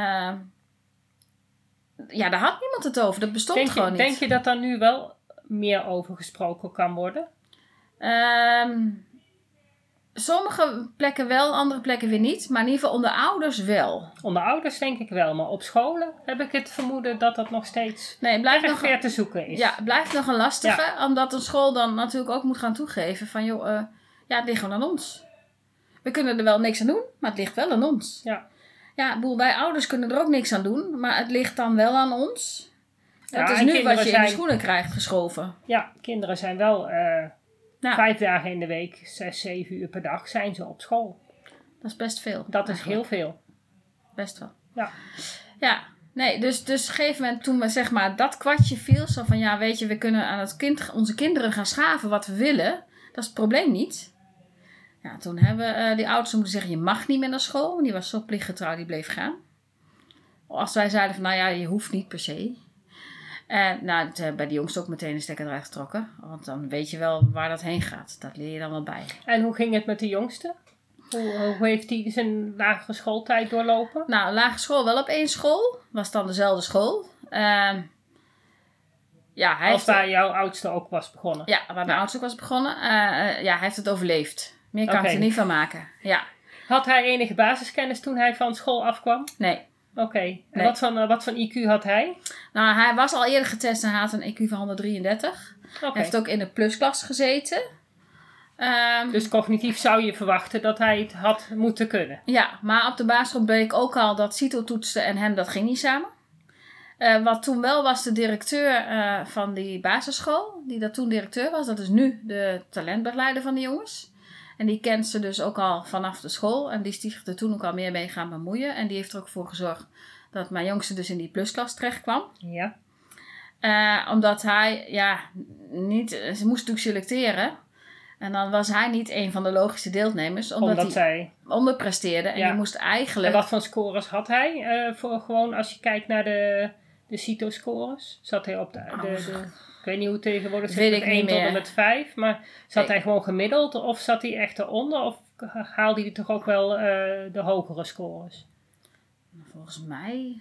ja, daar had niemand het over. Dat bestond denk je, gewoon niet. Denk je dat daar nu wel meer over gesproken kan worden? Um, sommige plekken wel, andere plekken weer niet. Maar in ieder geval onder ouders wel. Onder ouders denk ik wel. Maar op scholen heb ik het vermoeden dat dat nog steeds nee, blijft nog ver te zoeken is. Ja, het blijft nog een lastige. Ja. Omdat een school dan natuurlijk ook moet gaan toegeven van... joh, uh, ja, het ligt gewoon aan ons. We kunnen er wel niks aan doen, maar het ligt wel aan ons. Ja. Ja, boel, wij ouders kunnen er ook niks aan doen. Maar het ligt dan wel aan ons. Ja, het is nu wat je zijn... in de schoenen krijgt geschoven. Ja, kinderen zijn wel... Uh... Nou, Vijf dagen in de week, zes, zeven uur per dag zijn ze op school. Dat is best veel. Dat is heel veel. Best wel. Ja. Ja, nee, dus, dus op een gegeven moment toen we zeg maar dat kwartje viel. Zo van ja, weet je, we kunnen aan het kind, onze kinderen gaan schaven wat we willen. Dat is het probleem niet. Ja, toen hebben uh, die ouders moeten zeggen, je mag niet meer naar school. Die was zo plichtgetrouw, die bleef gaan. Als wij zeiden van nou ja, je hoeft niet per se. En nou, het, bij de jongste ook meteen een stekker eruit getrokken. Want dan weet je wel waar dat heen gaat. Dat leer je dan wel bij. En hoe ging het met de jongste? Hoe, hoe heeft hij zijn lagere schooltijd doorlopen? Nou, lagere school wel op één school. Was dan dezelfde school. Uh, ja, hij Als heeft, waar jouw oudste ook was begonnen? Ja, waar mijn oudste ook was begonnen. Uh, uh, ja, hij heeft het overleefd. Meer kan okay. ik er niet van maken. Ja. Had hij enige basiskennis toen hij van school afkwam? Nee. Oké, okay. En nee. wat, van, uh, wat voor I Q had hij? Nou, hij was al eerder getest en hij had een I Q van honderdrieëndertig. Okay. Hij heeft ook in de plusklas gezeten. Um, dus cognitief zou je verwachten dat hij het had moeten kunnen. Ja, maar op de basisschool bleek ook al dat CITO toetste en hem dat ging niet samen. Uh, wat toen wel was de directeur uh, van die basisschool, die dat toen directeur was. Dat is nu de talentbegeleider van de jongens. En die kent ze dus ook al vanaf de school. En die is zich er toen ook al meer mee gaan bemoeien. En die heeft er ook voor gezorgd dat mijn jongste dus in die plusklas terecht kwam. Ja. Uh, omdat hij, ja, niet... Ze moest natuurlijk selecteren. En dan was hij niet een van de logische deelnemers. Omdat, omdat hij zij... onderpresteerde. En ja. je moest eigenlijk... En wat voor scores had hij? Uh, voor gewoon als je kijkt naar de, de CITO-scores. Zat hij op de... de, de, de ik weet niet hoe het tegenwoordig zit. Met één tot en met vijf. Maar zat ik... hij gewoon gemiddeld? Of zat hij echt eronder? Of haalde hij toch ook wel uh, de hogere scores? Volgens mij...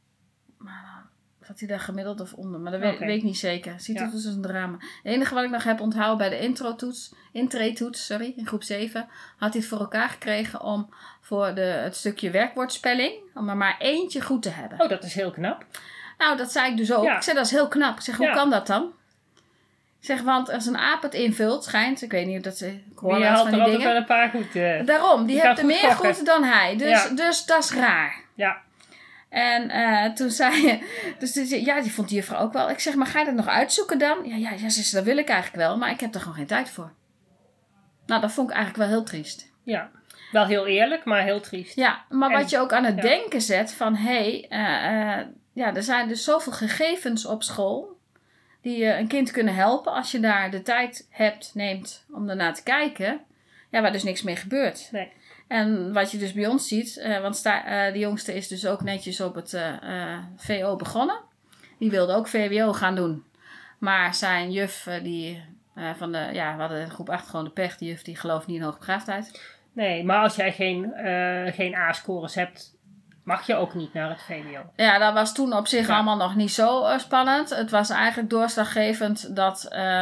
Maar zat hij daar gemiddeld of onder? Maar dat weet, okay. weet ik niet zeker. CITO-toets ja. is een drama. Het enige wat ik nog heb onthouden bij de intro-toets... Intree-toets, sorry, in groep zeven... had hij het voor elkaar gekregen om voor de, het stukje werkwoordspelling... om er maar eentje goed te hebben. Oh, dat is heel knap. Nou, dat zei ik dus ook. Ja. Ik zei, dat is heel knap. Ik zeg, hoe ja. kan dat dan? Ik zeg, want als een aap het invult, schijnt... Ik weet niet of dat ze... Ik hoor die haalt er altijd wel een paar goed. Uh, Daarom, die, die heeft er meer gokken. goed dan hij. Dus, ja. dus dat is raar. Ja. En uh, toen zei je... Dus die, ja, die vond die juffrouw ook wel. Ik zeg, maar ga je dat nog uitzoeken dan? Ja, ja, ja ze, dat wil ik eigenlijk wel. Maar ik heb er gewoon geen tijd voor. Nou, dat vond ik eigenlijk wel heel triest. Ja. Wel heel eerlijk, maar heel triest. Ja, maar en, wat je ook aan het ja. denken zet van... Hé, hey, uh, uh, ja, er zijn dus zoveel gegevens op school... die je een kind kunnen helpen als je daar de tijd hebt, neemt om ernaar te kijken. Ja, waar dus niks mee gebeurt. Nee. En wat je dus bij ons ziet, uh, want sta, uh, de jongste is dus ook netjes op het uh, uh, V O begonnen. Die wilde ook V W O gaan doen. Maar zijn juf, uh, die uh, van de, ja, we hadden groep acht gewoon de pech, die juf die gelooft niet in hoogbegaafdheid. Nee, maar als jij geen, uh, geen A-scores hebt, mag je ook niet naar het V W O. Ja, dat was toen op zich ja. allemaal nog niet zo uh, spannend. Het was eigenlijk doorslaggevend dat, uh,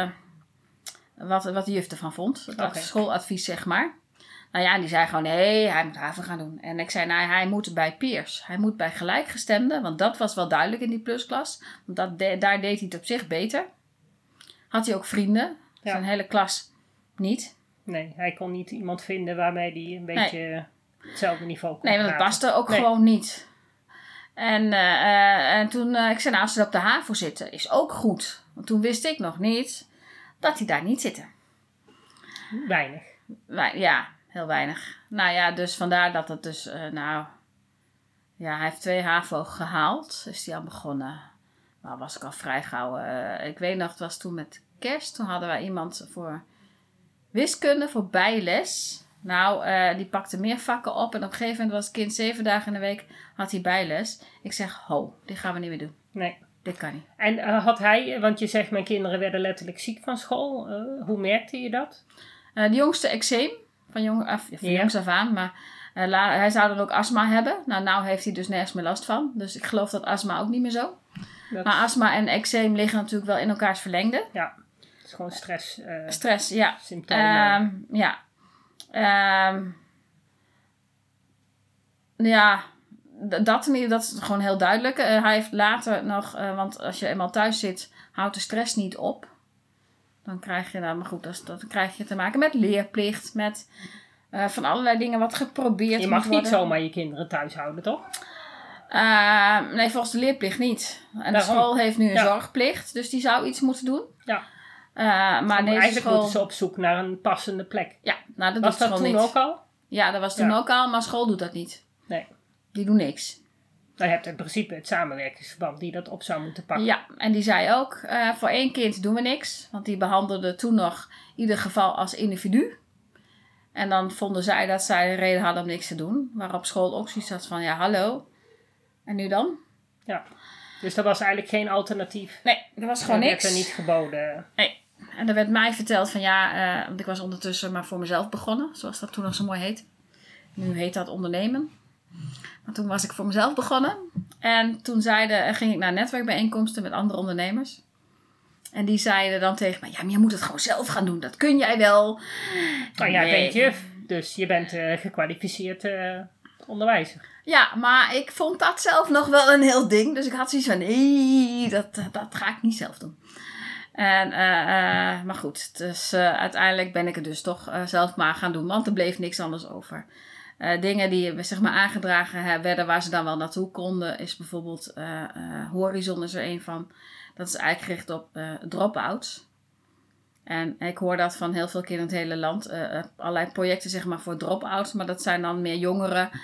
wat, wat de juf ervan vond. Dat okay. schooladvies, zeg maar. Nou ja, die zei gewoon, nee, hij moet haven gaan doen. En ik zei, nou, hij moet bij peers. Hij moet bij gelijkgestemden, want dat was wel duidelijk in die plusklas. Want dat de, daar deed hij het op zich beter. Had hij ook vrienden. Ja. Zijn hele klas niet. Nee, hij kon niet iemand vinden waarmee hij een beetje nee. hetzelfde niveau kon Nee, want dat paste ook nee. gewoon niet. En, uh, uh, en toen, uh, ik zei, nou, als ze op de HAVO zitten, is ook goed. Want toen wist ik nog niet dat hij daar niet zitten. Weinig. Wij, ja, heel weinig. Nou ja, dus vandaar dat het dus, uh, nou... Ja, hij heeft twee HAVO gehaald. Is hij al begonnen. Nou, was ik al vrij gauw. Uh, ik weet nog, het was toen met kerst. Toen hadden wij iemand voor wiskunde, voor bijles. Nou, uh, die pakte meer vakken op. En op een gegeven moment was het kind zeven dagen in de week, had hij bijles. Ik zeg, ho, dit gaan we niet meer doen. Nee. Dit kan niet. En uh, had hij, want je zegt, mijn kinderen werden letterlijk ziek van school. Uh, hoe merkte je dat? Uh, de jongste eczeem, van, jong, af, van ja. jongs af aan. Maar uh, la, hij zou dan ook astma hebben. Nou, nou heeft hij dus nergens meer last van. Dus ik geloof dat astma ook niet meer zo. Dat... Maar astma en eczeem liggen natuurlijk wel in elkaars verlengde. Ja, het is gewoon stress. Uh, stress, ja. Symptomen. Um, ja. Um, ja, dat, dat is gewoon heel duidelijk. Uh, hij heeft later nog, uh, want als je eenmaal thuis zit, houdt de stress niet op. Dan krijg je, nou, maar goed, dat, dat krijg je te maken met leerplicht, met uh, van allerlei dingen wat geprobeerd Je mag niet worden. Zomaar je kinderen thuis houden, toch? Uh, nee, volgens de leerplicht niet. En Daarom. de school heeft nu een ja. zorgplicht, dus die zou iets moeten doen. Ja. Uh, maar maar deze eigenlijk school... moeten ze op zoek naar een passende plek. Ja, nou dat was doet dat school toen niet. ook al? Ja, dat was toen ja. ook al, maar school doet dat niet. Nee. Die doen niks. Nou, je hebt in principe het samenwerkingsverband die dat op zou moeten pakken. Ja, en die zei ook, uh, voor één kind doen we niks. Want die behandelde toen nog ieder geval als individu. En dan vonden zij dat zij de reden hadden om niks te doen. Waarop school ook zoiets had van, ja hallo. En nu dan? Ja, dus dat was eigenlijk geen alternatief. Nee, er was gewoon dat niks. Dat werd er niet geboden. Nee. En er werd mij verteld van ja, uh, want ik was ondertussen maar voor mezelf begonnen. Zoals dat toen nog zo mooi heet. Nu heet dat ondernemen. Maar toen was ik voor mezelf begonnen. En toen zeiden, ging ik naar netwerkbijeenkomsten met andere ondernemers. En die zeiden dan tegen mij, ja, maar je moet het gewoon zelf gaan doen. Dat kun jij wel. Nou, jij bent juf, dus je bent uh, gekwalificeerd uh, onderwijzer. Ja, maar ik vond dat zelf nog wel een heel ding. Dus ik had zoiets van, nee, dat, dat ga ik niet zelf doen. En, uh, uh, maar goed, dus uh, uiteindelijk ben ik het dus toch uh, zelf maar gaan doen. Want er bleef niks anders over. Uh, dingen die zeg maar aangedragen werden waar ze dan wel naartoe konden. Is bijvoorbeeld uh, uh, Horizon is er een van. Dat is eigenlijk gericht op uh, drop-outs. En ik hoor dat van heel veel kinderen in het hele land. Uh, uh, allerlei projecten zeg maar voor drop-outs. Maar dat zijn dan meer jongeren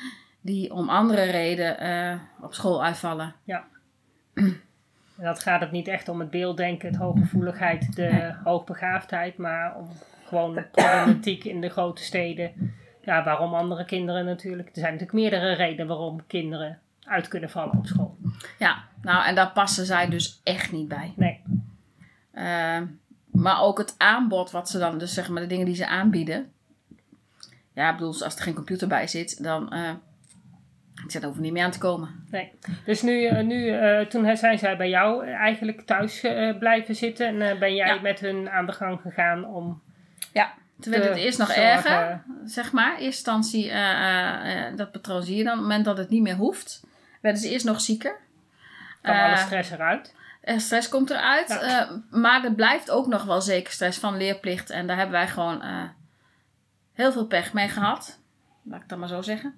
die om andere redenen uh, op school uitvallen. Ja. En dat gaat het niet echt om het beelddenken, het hooggevoeligheid, de nee. hoogbegaafdheid, maar om gewoon de problematiek in de grote steden. Ja, waarom andere kinderen natuurlijk. Er zijn natuurlijk meerdere redenen waarom kinderen uit kunnen vallen op school. Ja, nou en daar passen zij dus echt niet bij. Nee. Uh, maar ook het aanbod wat ze dan, dus zeg maar de dingen die ze aanbieden. Ja, ik bedoel, als er geen computer bij zit, dan uh, zit er over niet meer aan te komen. Nee. Dus nu, nu uh, toen zijn zij bij jou eigenlijk thuis uh, blijven zitten en uh, ben jij ja. met hun aan de gang gegaan om... Ja, toen werd het eerst nog zorgen. erger, zeg maar. Eerste instantie, uh, uh, uh, dat patroon zie je dan. Op het moment dat het niet meer hoeft, werden ze eerst nog zieker. Kwam uh, alle stress eruit? Uh, stress komt eruit, ja. uh, maar er blijft ook nog wel zeker stress van leerplicht. En daar hebben wij gewoon uh, heel veel pech mee gehad. Laat ik dat maar zo zeggen.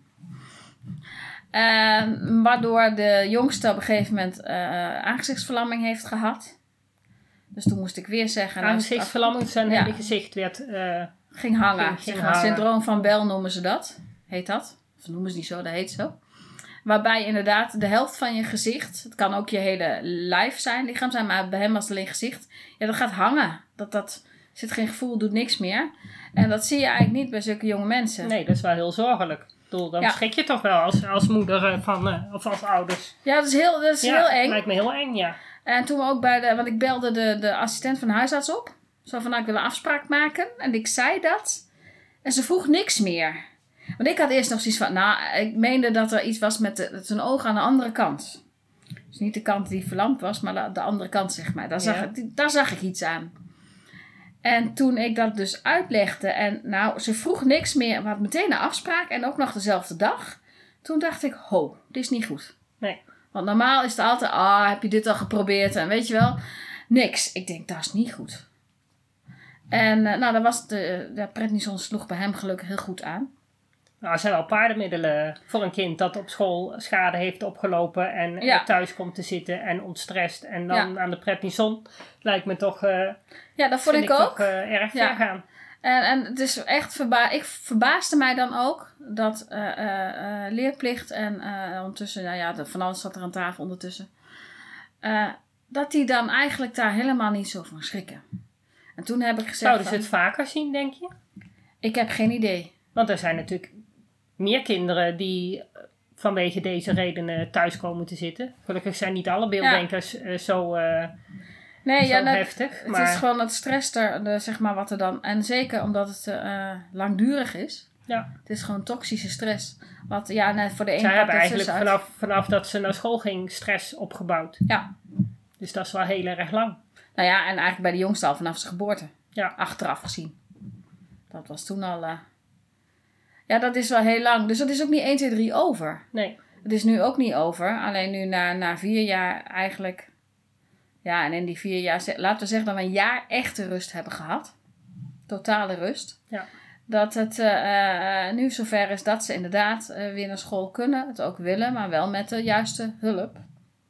Uh, waardoor de jongste op een gegeven moment uh, aangezichtsverlamming heeft gehad. Dus toen moest ik weer zeggen... Aangezichtsverlamming, zijn ja. hele gezicht werd... Uh, ging hangen. Ging, ging zeg maar, hangen. Syndroom van Bell noemen ze dat. Heet dat. Of noemen ze niet zo, dat heet zo. Waarbij inderdaad de helft van je gezicht... Het kan ook je hele lijf zijn, lichaam zijn. Maar bij hem was het alleen gezicht. Ja, dat gaat hangen. Dat, dat zit geen gevoel, doet niks meer. En dat zie je eigenlijk niet bij zulke jonge mensen. Nee, dat is wel heel zorgelijk. Bedoel, dan ja. schrik je toch wel als, als moeder van, uh, of als ouders. Ja, dat is heel, dat is ja, heel eng. Dat lijkt me heel eng, ja. En toen we ook bij de... Want ik belde de, de assistent van de huisarts op. Zo van, nou, ik wil een afspraak maken. En ik zei dat. En ze vroeg niks meer. Want ik had eerst nog zoiets van... Nou, ik meende dat er iets was met de, zijn oog aan de andere kant. Dus niet de kant die verlamd was, maar de andere kant, zeg maar. Daar zag, ja. ik, daar zag ik iets aan. En toen ik dat dus uitlegde... En nou, ze vroeg niks meer. We hadden meteen een afspraak. En ook nog dezelfde dag. Toen dacht ik, ho, dit is niet goed. Nee. Want normaal is het altijd... Ah, oh, heb je dit al geprobeerd? En weet je wel... Niks. Ik denk, dat is niet goed. En uh, nou, dat was de, de prednison sloeg bij hem gelukkig heel goed aan. Nou, er zijn wel paardenmiddelen voor een kind dat op school schade heeft opgelopen en ja. thuis komt te zitten en ontstrest. En dan ja. aan de prednison lijkt me toch, uh, ja, dat vond ik, ik ook. Toch, uh, erg ver ja. gaan. En, en het is echt verba- ik verbaasde mij dan ook dat uh, uh, uh, leerplicht en uh, ondertussen, nou ja, de, van alles zat er aan tafel ondertussen. Uh, dat die dan eigenlijk daar helemaal niet zo van schrikken. En toen heb ik gezegd... Zouden ze het vaker zien, denk je? Ik heb geen idee. Want er zijn natuurlijk meer kinderen die vanwege deze redenen thuis komen te zitten. Gelukkig zijn niet alle beelddenkers ja. uh, zo, uh, nee, zo ja, dat, heftig. Het maar... is gewoon het stress er, de, zeg maar, wat er dan... En zeker omdat het uh, langdurig is. Ja. Het is gewoon toxische stress. Wat, ja, net voor de ene Zij hebben eigenlijk uit. vanaf, vanaf dat ze naar school ging stress opgebouwd. Ja. Dus dat is wel heel erg lang. Nou ja, en eigenlijk bij de jongste al vanaf zijn geboorte. Ja. Achteraf gezien. Dat was toen al... Uh... Ja, dat is wel heel lang. Dus dat is ook niet één, twee, drie over. Nee. Het is nu ook niet over. Alleen nu na, na vier jaar eigenlijk... Ja, en in die vier jaar... Laten we zeggen dat we een jaar echte rust hebben gehad. Totale rust. Ja. Dat het uh, uh, nu zover is dat ze inderdaad uh, weer naar school kunnen. Het ook willen, maar wel met de juiste hulp.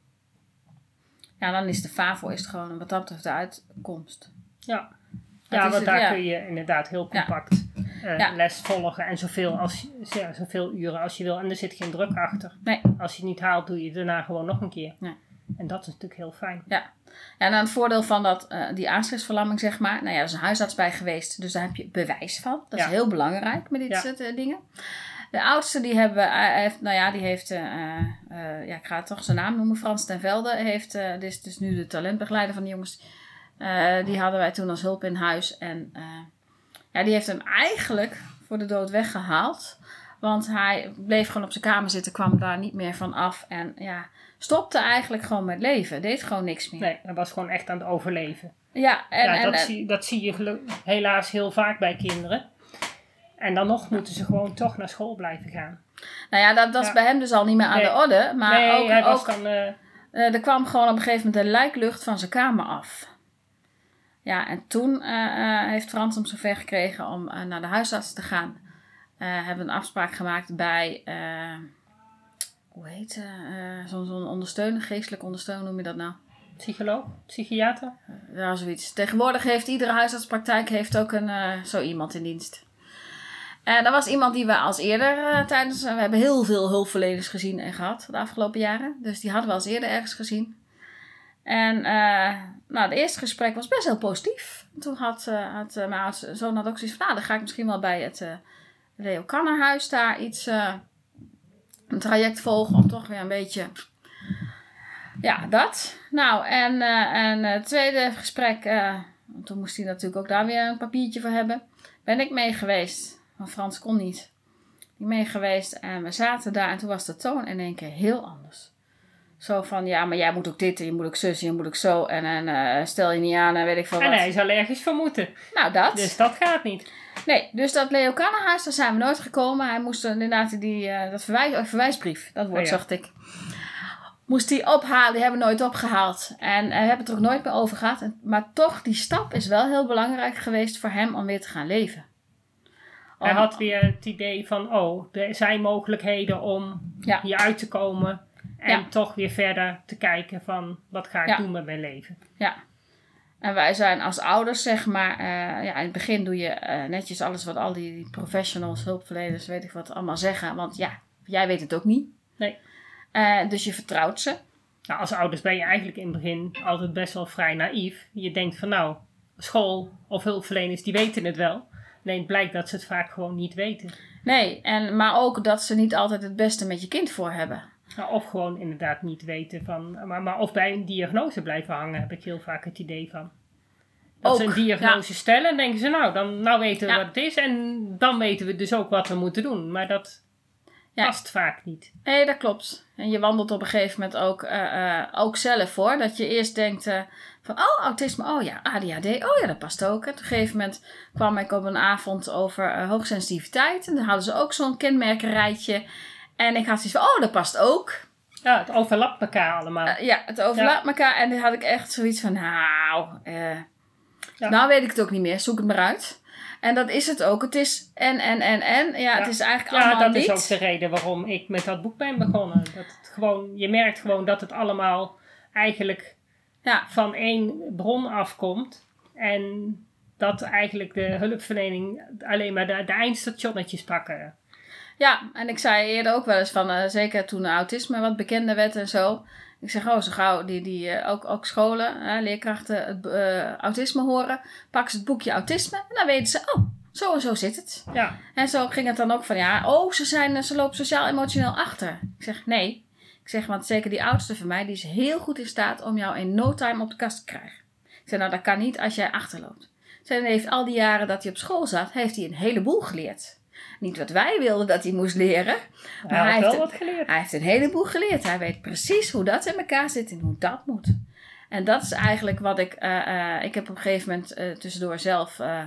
Ja, dan is de FAVO is het gewoon wat dat betreft de uitkomst. Ja, ja want het, daar ja. kun je inderdaad heel compact ja. Uh, ja. les volgen. En zoveel, als, ja, zoveel uren als je wil. En er zit geen druk achter. Nee. Als je het niet haalt, doe je het daarna gewoon nog een keer. Nee. En dat is natuurlijk heel fijn. Ja. En dan het voordeel van dat, uh, die aanschriftsverlamming, zeg maar. Nou ja, er is een huisarts bij geweest. Dus daar heb je bewijs van. Dat ja. is heel belangrijk met dit ja. soort uh, dingen. De oudste, die hebben, uh, heeft, nou ja, die heeft, uh, uh, ja, ik ga het toch zijn naam noemen, Frans ten Velde, heeft, uh, dit is dus nu de talentbegeleider van de jongens. Uh, die hadden wij toen als hulp in huis. En uh, ja, die heeft hem eigenlijk voor de dood weggehaald. Want hij bleef gewoon op zijn kamer zitten, kwam daar niet meer van af. En ja, stopte eigenlijk gewoon met leven. Deed gewoon niks meer. Nee, hij was gewoon echt aan het overleven. Ja, en, ja en, dat, en, zie, dat zie je gelu- helaas heel vaak bij kinderen. En dan nog moeten ze gewoon toch naar school blijven gaan. Nou ja, dat was ja. bij hem dus al niet meer aan nee. de orde. Maar nee, ook, hij was ook, dan... Uh... Uh, er kwam gewoon op een gegeven moment de lijklucht van zijn kamer af. Ja, en toen uh, uh, heeft Frans hem zover gekregen om uh, naar de huisarts te gaan. Uh, hebben we een afspraak gemaakt bij... Uh, hoe heet het? Uh, zo'n, zo'n ondersteuner, geestelijk ondersteuner noem je dat nou? Psycholoog? Psychiater? Uh, ja, zoiets. Tegenwoordig heeft iedere huisartspraktijk heeft ook een, uh, zo iemand in dienst. En er was iemand die we als eerder uh, tijdens... Uh, we hebben heel veel hulpverleners gezien en gehad de afgelopen jaren. Dus die hadden we als eerder ergens gezien. En uh, nou, het eerste gesprek was best heel positief. Toen had, uh, had uh, mijn oudste zoon had ook zoiets van... Nou, dan ga ik misschien wel bij het uh, Leo Kannerhuis daar iets... Uh, een traject volgen om toch weer een beetje... Ja, dat. Nou, en, uh, en het tweede gesprek... Uh, toen moest hij natuurlijk ook daar weer een papiertje voor hebben. Ben ik mee geweest. Want Frans kon niet. Ik ben mee geweest en we zaten daar. En toen was de toon in één keer heel anders. Zo van, ja, maar jij moet ook dit en je moet ook zus en je moet ook zo. En, en uh, stel je niet aan en weet ik veel wat. En hij is allergisch voor moeten. Nou, dat. Dus dat gaat niet. Nee, dus dat Leo Kannerhuis, daar zijn we nooit gekomen. Hij moest inderdaad die, uh, dat verwijs, oh, verwijsbrief, dat woord oh, ja. zocht ik. Moest die ophalen, die hebben we nooit opgehaald. En uh, we hebben het er ook nooit meer over gehad. En, maar toch, die stap is wel heel belangrijk geweest voor hem om weer te gaan leven. Hij om, had weer het idee van, oh, er zijn mogelijkheden om ja. hier uit te komen. En ja. toch weer verder te kijken van, wat ga ik ja. doen met mijn leven. Ja. En wij zijn als ouders, zeg maar, uh, ja, in het begin doe je uh, netjes alles wat al die professionals, hulpverleners, weet ik wat, allemaal zeggen. Want ja, jij weet het ook niet. Nee. Uh, dus je vertrouwt ze. Nou, als ouders ben je eigenlijk in het begin altijd best wel vrij naïef. Je denkt van, nou, school of hulpverleners, die weten het wel. Nee, het blijkt dat ze het vaak gewoon niet weten. Nee, en, maar ook dat ze niet altijd het beste met je kind voor hebben. Nou, of gewoon inderdaad niet weten van... Maar, maar of bij een diagnose blijven hangen, heb ik heel vaak het idee van. Dat ook, ze een diagnose ja. stellen en denken ze... Nou, dan nou weten we ja. wat het is. En dan weten we dus ook wat we moeten doen. Maar dat ja. past vaak niet. Nee, dat klopt. En je wandelt op een gegeven moment ook, uh, uh, ook zelf hoor. Dat je eerst denkt uh, van... Oh, autisme. Oh ja, A D H D. Oh ja, dat past ook. En op een gegeven moment kwam ik op een avond over uh, hoogsensitiviteit. En dan hadden ze ook zo'n kenmerkenrijtje... En ik had zoiets van, oh, dat past ook. Ja, het overlapt elkaar allemaal. Uh, ja, het overlapt ja. elkaar. En dan had ik echt zoiets van, nou, uh, ja. nou weet ik het ook niet meer. Zoek het maar uit. En dat is het ook. Het is en, en, en, en. Ja, ja. het is eigenlijk ja, allemaal niet. Ja, dat is ook de reden waarom ik met dat boek ben begonnen. Dat het gewoon, je merkt gewoon dat het allemaal eigenlijk ja. van één bron afkomt. En dat eigenlijk de hulpverlening alleen maar de, de eindstationnetjes pakken. Ja, en ik zei eerder ook wel eens van, uh, zeker toen autisme wat bekender werd en zo. Ik zeg, oh, zo gauw die, die uh, ook, ook scholen, uh, leerkrachten het uh, autisme horen. Pakken ze het boekje autisme en dan weten ze, oh, zo en zo zit het. Ja. En zo ging het dan ook van, ja, oh, ze, zijn, ze lopen sociaal-emotioneel achter. Ik zeg, nee. Ik zeg, want zeker die oudste van mij, die is heel goed in staat om jou in no time op de kast te krijgen. Ik zeg, nou, dat kan niet als jij achterloopt. Ik zeg, hij heeft al die jaren dat hij op school zat, heeft hij een heleboel geleerd. Niet wat wij wilden dat hij moest leren. Maar hij, hij, heeft heeft wat geleerd. hij heeft een heleboel geleerd. Hij weet precies hoe dat in elkaar zit en hoe dat moet. En dat is eigenlijk wat ik... Uh, uh, ik heb op een gegeven moment uh, tussendoor zelf uh,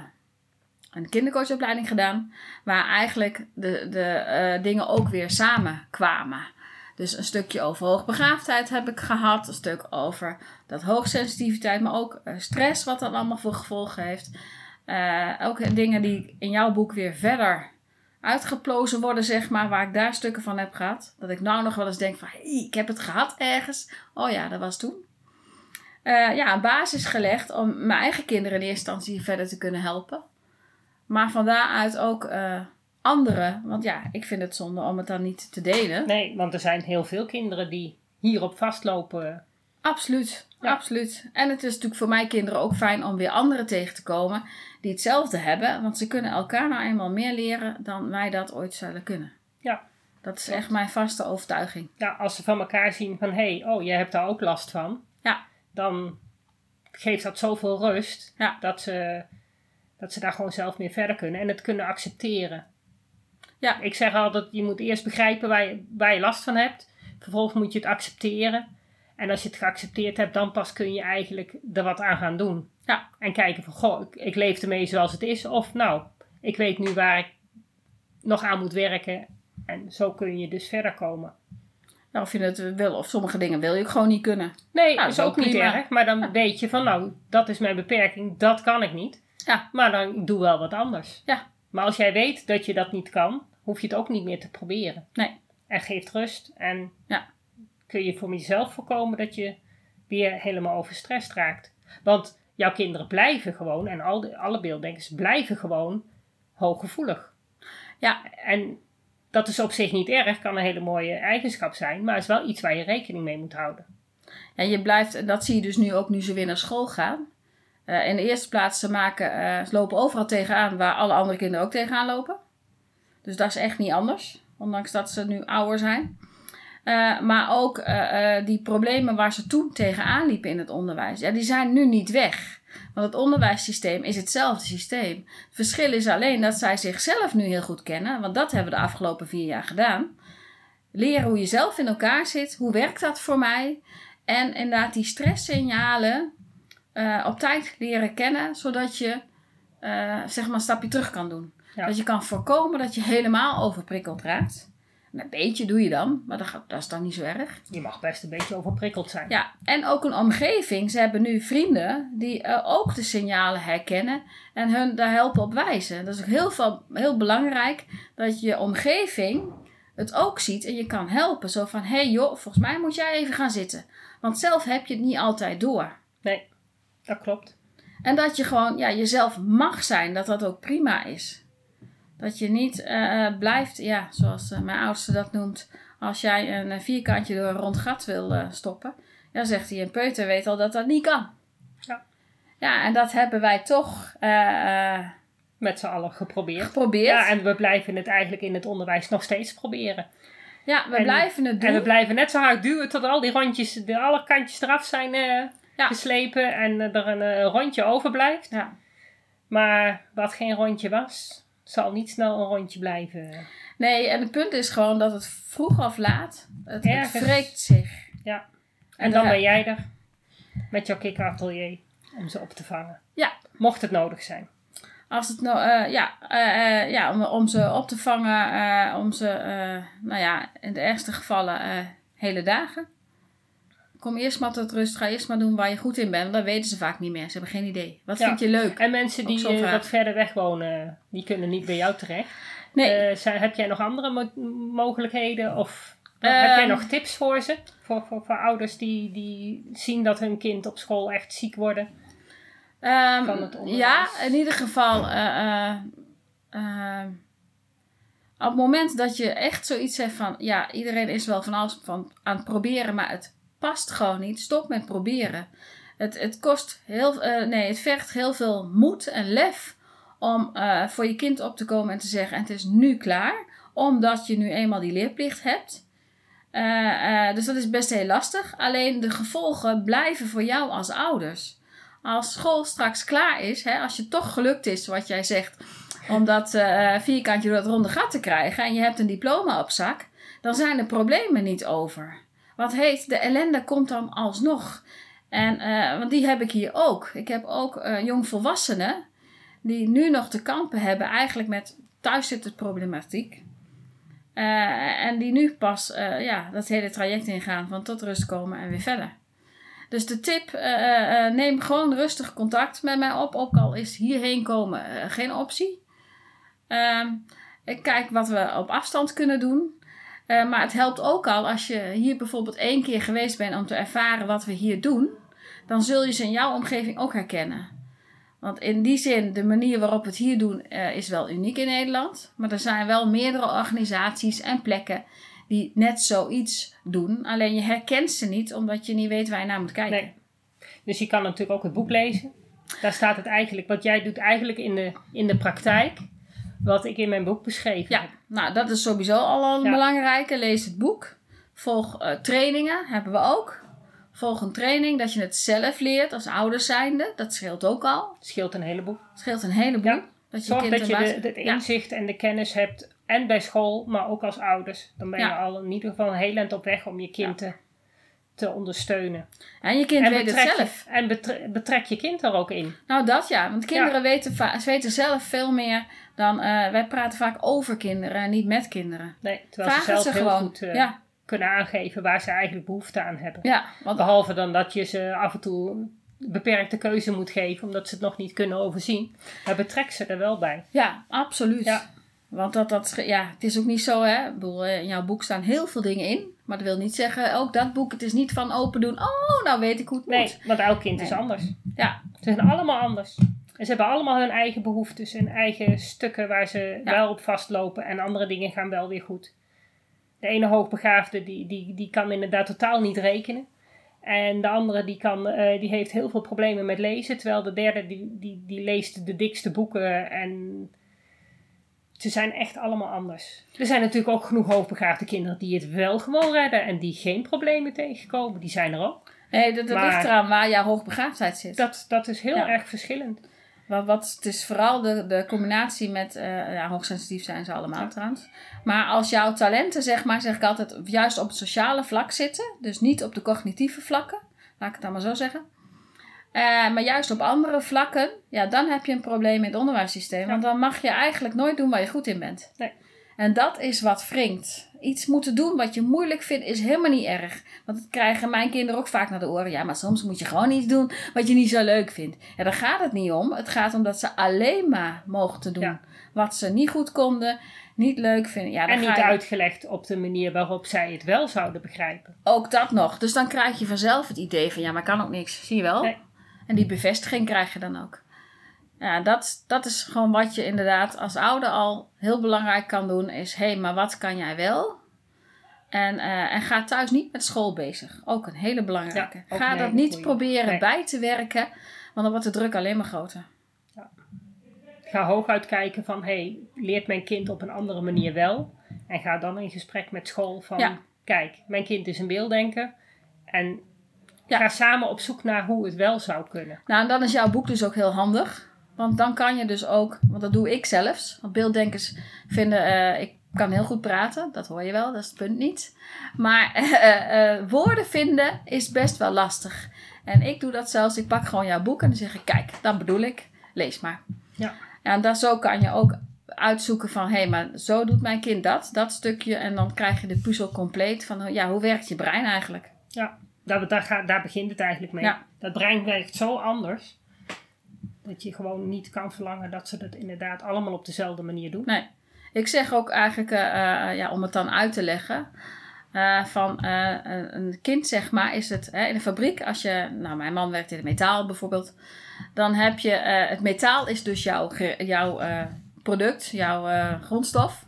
een kindercoachopleiding gedaan. Waar eigenlijk de, de uh, dingen ook weer samenkwamen. Dus een stukje over hoogbegaafdheid heb ik gehad. Een stuk over dat hoogsensitiviteit. Maar ook uh, stress wat dat allemaal voor gevolgen heeft. Uh, ook dingen die in jouw boek weer verder... uitgeplozen worden, zeg maar, waar ik daar stukken van heb gehad. Dat ik nou nog wel eens denk van, hé, hey, ik heb het gehad ergens. Oh ja, dat was toen. Uh, ja, een basis gelegd om mijn eigen kinderen in eerste instantie verder te kunnen helpen. Maar van daaruit ook uh, anderen. Want ja, ik vind het zonde om het dan niet te delen. Nee, want er zijn heel veel kinderen die hierop vastlopen. Absoluut, ja. absoluut. En het is natuurlijk voor mijn kinderen ook fijn om weer anderen tegen te komen die hetzelfde hebben. Want ze kunnen elkaar nou eenmaal meer leren dan wij dat ooit zullen kunnen. Ja. Dat is echt mijn vaste overtuiging. Ja, als ze van elkaar zien van, hé, hey, oh, jij hebt daar ook last van. Ja. Dan geeft dat zoveel rust ja. dat, ze, dat ze daar gewoon zelf mee verder kunnen. En het kunnen accepteren. Ja. Ik zeg altijd, je moet eerst begrijpen waar je, waar je last van hebt. Vervolgens moet je het accepteren. En als je het geaccepteerd hebt, dan pas kun je eigenlijk er wat aan gaan doen. Ja. En kijken van, goh, ik, ik leef ermee zoals het is. Of nou, ik weet nu waar ik nog aan moet werken. En zo kun je dus verder komen. Nou, of je het wil, of sommige dingen wil je ook gewoon niet kunnen. Nee, nou, dat is ook, ook niet prima. Erg. Maar dan ja. weet je van, nou, dat is mijn beperking. Dat kan ik niet. Ja. Maar dan doe wel wat anders. Ja. Maar als jij weet dat je dat niet kan, hoef je het ook niet meer te proberen. Nee. En geeft rust. En ja. kun je voor jezelf voorkomen dat je weer helemaal overstrest raakt. Want jouw kinderen blijven gewoon, en al de, alle beelddenkers blijven gewoon hooggevoelig. Ja. En dat is op zich niet erg, kan een hele mooie eigenschap zijn, maar het is wel iets waar je rekening mee moet houden. Ja, je blijft, en dat zie je dus nu ook nu ze weer naar school gaan. Uh, in de eerste plaats, ze, maken, uh, ze lopen overal tegenaan waar alle andere kinderen ook tegenaan lopen. Dus dat is echt niet anders, ondanks dat ze nu ouder zijn. Uh, maar ook uh, uh, die problemen waar ze toen tegenaan liepen in het onderwijs, ja, die zijn nu niet weg. Want het onderwijssysteem is hetzelfde systeem. Het verschil is alleen dat zij zichzelf nu heel goed kennen, want dat hebben we de afgelopen vier jaar gedaan. Leren hoe je zelf in elkaar zit, hoe werkt dat voor mij? En inderdaad die stresssignalen uh, op tijd leren kennen, zodat je uh, zeg maar een stapje terug kan doen. Ja. Dat je kan voorkomen dat je helemaal overprikkeld raakt. Een beetje doe je dan, maar dat, dat is dan niet zo erg. Je mag best een beetje overprikkeld zijn. Ja, en ook een omgeving. Ze hebben nu vrienden die uh, ook de signalen herkennen en hun daar helpen op wijzen. Dat is ook heel, veel, heel belangrijk dat je omgeving het ook ziet en je kan helpen. Zo van, hé hey joh, volgens mij moet jij even gaan zitten. Want zelf heb je het niet altijd door. Nee, dat klopt. En dat je gewoon ja, jezelf mag zijn, dat dat ook prima is. Dat je niet uh, blijft, ja, zoals uh, mijn oudste dat noemt, als jij een vierkantje door een rond gat wil uh, stoppen. Dan zegt hij, een peuter weet al dat dat niet kan. Ja, ja en dat hebben wij toch uh, uh, met z'n allen geprobeerd. geprobeerd. Ja, en we blijven het eigenlijk in het onderwijs nog steeds proberen. Ja, we en, blijven het doen. En we blijven net zo hard duwen tot al die rondjes, de alle kantjes eraf zijn uh, ja. geslepen en uh, er een uh, rondje overblijft. Ja. Maar wat geen rondje was, zal niet snel een rondje blijven. Nee, en het punt is gewoon dat het vroeg of laat, het, het wreekt zich. Ja, en, en dan ben jij er met jouw kikkeratelier om ze op te vangen. Ja. Mocht het nodig zijn. Als het no- uh, ja, uh, uh, ja om, om ze op te vangen, uh, om ze, uh, nou ja, in de ergste gevallen uh, hele dagen. Kom eerst maar tot rust, ga eerst maar doen waar je goed in bent. Want dat weten ze vaak niet meer, ze hebben geen idee. Wat ja. vind je leuk? En mensen die uh, wat verder weg wonen, die kunnen niet bij jou terecht. Nee. Uh, zijn, heb jij nog andere mo- mogelijkheden? Of uh, heb jij nog tips voor ze? Voor, voor, voor ouders die, die zien dat hun kind op school echt ziek worden? Um, van het onderwijs? Ja, in ieder geval... Uh, uh, uh, op het moment dat je echt zoiets zegt van... Ja, iedereen is wel van alles van, aan het proberen, maar het past gewoon niet. Stop met proberen. Het, het kost heel... Uh, nee, het vergt heel veel moed en lef... om uh, voor je kind op te komen en te zeggen... en het is nu klaar, omdat je nu eenmaal die leerplicht hebt. Uh, uh, dus dat is best heel lastig. Alleen de gevolgen blijven voor jou als ouders. Als school straks klaar is, hè, als je toch gelukt is, wat jij zegt... om dat uh, vierkantje door het ronde gat te krijgen... en je hebt een diploma op zak... dan zijn de problemen niet over. Wat heet, de ellende komt dan alsnog. En, uh, want die heb ik hier ook. Ik heb ook uh, jongvolwassenen... die nu nog te kampen hebben eigenlijk met thuiszittersproblematiek. Uh, en die nu pas uh, ja, dat hele traject ingaan van tot rust komen en weer verder. Dus de tip, uh, uh, neem gewoon rustig contact met mij op. Ook al is hierheen komen uh, geen optie. Uh, ik kijk wat we op afstand kunnen doen. Uh, maar het helpt ook al als je hier bijvoorbeeld één keer geweest bent om te ervaren wat we hier doen. Dan zul je ze in jouw omgeving ook herkennen. Want in die zin, de manier waarop we het hier doen uh, is wel uniek in Nederland. Maar er zijn wel meerdere organisaties en plekken die net zoiets doen. Alleen je herkent ze niet, omdat je niet weet waar je naar moet kijken. Nee. Dus je kan natuurlijk ook het boek lezen. Daar staat het eigenlijk, wat jij doet eigenlijk in de, in de praktijk. Wat ik in mijn boek beschreven ja, heb. Nou, dat is sowieso al een ja. belangrijke. Lees het boek. Volg uh, trainingen, hebben we ook. Volg een training, dat je het zelf leert als ouders zijnde. Dat scheelt ook al. Scheelt een heleboel. Scheelt een heleboel. Ja. Dat je Zorg kind dat je baas... de, de inzicht ja. en de kennis hebt. En bij school, maar ook als ouders. Dan ben je ja. al in ieder geval een heel eind op weg om je kind ja. te, te ondersteunen. En je kind en weet het zelf. Je, en betrek, betrek je kind er ook in. Nou dat ja, want kinderen ja. weten, va- weten zelf veel meer dan... Uh, wij praten vaak over kinderen en niet met kinderen. Nee, terwijl Vragen ze zelf ze heel gewoon. goed... Uh, ja. kunnen aangeven waar ze eigenlijk behoefte aan hebben. Ja, want... Behalve dan dat je ze af en toe beperkte keuze moet geven, omdat ze het nog niet kunnen overzien. Maar betrek ze er wel bij. Ja, absoluut. Ja. Want dat, dat, ja, het is ook niet zo, hè. Ik bedoel, in jouw boek staan heel veel dingen in. Maar dat wil niet zeggen, ook dat boek, het is niet van open doen. Oh, nou weet ik hoe het nee, moet. Nee, want elk kind nee. is anders. Ja. Ze zijn allemaal anders. En ze hebben allemaal hun eigen behoeftes en eigen stukken waar ze ja. wel op vastlopen. En andere dingen gaan wel weer goed. De ene hoogbegaafde die, die, die kan inderdaad totaal niet rekenen. En de andere die, kan, uh, die heeft heel veel problemen met lezen. Terwijl de derde die, die, die leest de dikste boeken. En ze zijn echt allemaal anders. Er zijn natuurlijk ook genoeg hoogbegaafde kinderen die het wel gewoon redden. En die geen problemen tegenkomen. Die zijn er ook. Nee, dat, dat maar ligt eraan waar jouw hoogbegaafdheid zit. Dat, dat is heel ja. erg verschillend. Maar wat, het is vooral de, de combinatie met, uh, ja, hoogsensitief zijn ze allemaal ja. trouwens. Maar als jouw talenten, zeg maar, zeg ik altijd, juist op het sociale vlak zitten. Dus niet op de cognitieve vlakken, laat ik het dan maar zo zeggen. Uh, maar juist op andere vlakken, ja, dan heb je een probleem in het onderwijssysteem. Ja. Want dan mag je eigenlijk nooit doen waar je goed in bent. Nee. En dat is wat wringt. Iets moeten doen wat je moeilijk vindt is helemaal niet erg. Want dat krijgen mijn kinderen ook vaak naar de oren. Ja, maar soms moet je gewoon iets doen wat je niet zo leuk vindt. Ja, daar gaat het niet om. Het gaat om dat ze alleen maar mochten doen ja. wat ze niet goed konden, niet leuk vinden. Ja, dan en niet je... uitgelegd op de manier waarop zij het wel zouden begrijpen. Ook dat nog. Dus dan krijg je vanzelf het idee van ja, maar kan ook niks. Zie je wel? Nee. En die bevestiging krijg je dan ook. Ja, dat, dat is gewoon wat je inderdaad als ouder al heel belangrijk kan doen. Is, hé, hey, maar wat kan jij wel? En, uh, en ga thuis niet met school bezig. Ook een hele belangrijke. Ja, ga dat niet proberen nee. bij te werken. Want dan wordt de druk alleen maar groter. Ja. Ga hooguit kijken van, hé, hey, leert mijn kind op een andere manier wel? En ga dan in gesprek met school van, ja. kijk, mijn kind is een beelddenker. En ja. ga samen op zoek naar hoe het wel zou kunnen. Nou, en dan is jouw boek dus ook heel handig. Want dan kan je dus ook, want dat doe ik zelfs. Want beelddenkers vinden, uh, ik kan heel goed praten. Dat hoor je wel, dat is het punt niet. Maar uh, uh, woorden vinden is best wel lastig. En ik doe dat zelfs, ik pak gewoon jouw boek en dan zeg ik, kijk, dat bedoel ik. Lees maar. Ja. Ja, en dat, zo kan je ook uitzoeken van, hé, hey, maar zo doet mijn kind dat, dat stukje. En dan krijg je de puzzel compleet van, ja, hoe werkt je brein eigenlijk? Ja, daar, daar, gaat, daar begint het eigenlijk mee. Ja. Dat brein werkt zo anders. Dat je gewoon niet kan verlangen dat ze dat inderdaad allemaal op dezelfde manier doen. Nee. Ik zeg ook eigenlijk, uh, uh, ja, om het dan uit te leggen. Uh, van uh, een kind, zeg maar, is het hè, in een fabriek. Als je, nou, mijn man werkt in het metaal bijvoorbeeld. Dan heb je, uh, het metaal is dus jouw, jouw uh, product, jouw uh, grondstof.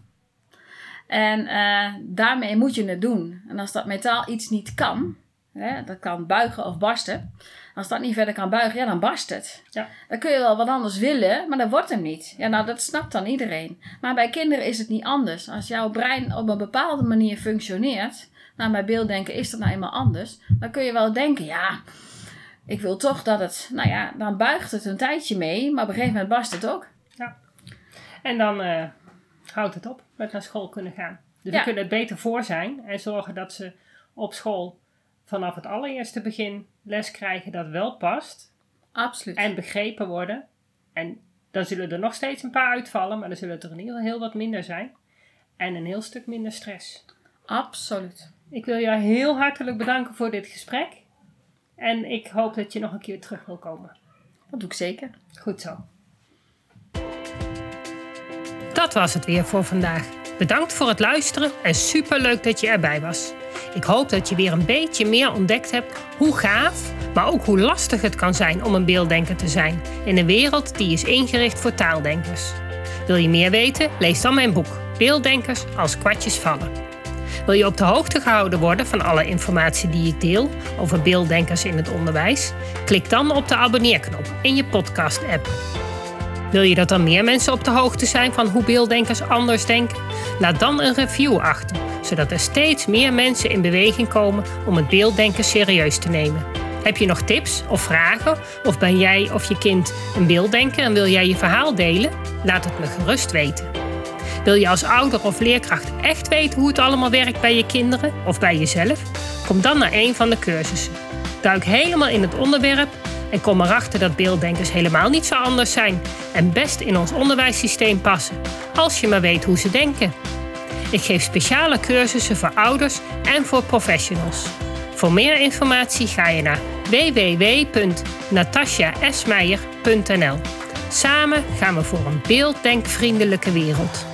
En uh, daarmee moet je het doen. En als dat metaal iets niet kan, hè, dat kan buigen of barsten. Als dat niet verder kan buigen, ja, dan barst het. Ja. Dan kun je wel wat anders willen, maar dat wordt hem niet. Ja, nou, dat snapt dan iedereen. Maar bij kinderen is het niet anders. Als jouw brein op een bepaalde manier functioneert, nou, bij beelddenken is dat nou eenmaal anders. Dan kun je wel denken, ja, ik wil toch dat het, nou ja, dan buigt het een tijdje mee, maar op een gegeven moment barst het ook. Ja. En dan uh, houdt het op met naar school kunnen gaan. Dus ja. we kunnen het beter voor zijn en zorgen dat ze op school vanaf het allereerste begin les krijgen dat wel past. Absoluut. En begrepen worden. En dan zullen er nog steeds een paar uitvallen, maar dan zullen het er in ieder geval heel wat minder zijn. En een heel stuk minder stress. Absoluut. Ik wil jou heel hartelijk bedanken voor dit gesprek. En ik hoop dat je nog een keer terug wil komen. Dat doe ik zeker. Goed zo. Dat was het weer voor vandaag. Bedankt voor het luisteren en superleuk dat je erbij was. Ik hoop dat je weer een beetje meer ontdekt hebt hoe gaaf, maar ook hoe lastig het kan zijn om een beelddenker te zijn in een wereld die is ingericht voor taaldenkers. Wil je meer weten? Lees dan mijn boek Beelddenkers als kwartjes vallen. Wil je op de hoogte gehouden worden van alle informatie die ik deel over beelddenkers in het onderwijs? Klik dan op de abonneerknop in je podcast-app. Wil je dat er meer mensen op de hoogte zijn van hoe beelddenkers anders denken? Laat dan een review achter, zodat er steeds meer mensen in beweging komen om het beelddenken serieus te nemen. Heb je nog tips of vragen? Of ben jij of je kind een beelddenker en wil jij je verhaal delen? Laat het me gerust weten. Wil je als ouder of leerkracht echt weten hoe het allemaal werkt bij je kinderen of bij jezelf? Kom dan naar een van de cursussen. Duik helemaal in het onderwerp en kom erachter dat beelddenkers helemaal niet zo anders zijn en best in ons onderwijssysteem passen, als je maar weet hoe ze denken. Ik geef speciale cursussen voor ouders en voor professionals. Voor meer informatie ga je naar w w w punt natasja esmeijer punt n l. Samen gaan we voor een beelddenkvriendelijke wereld.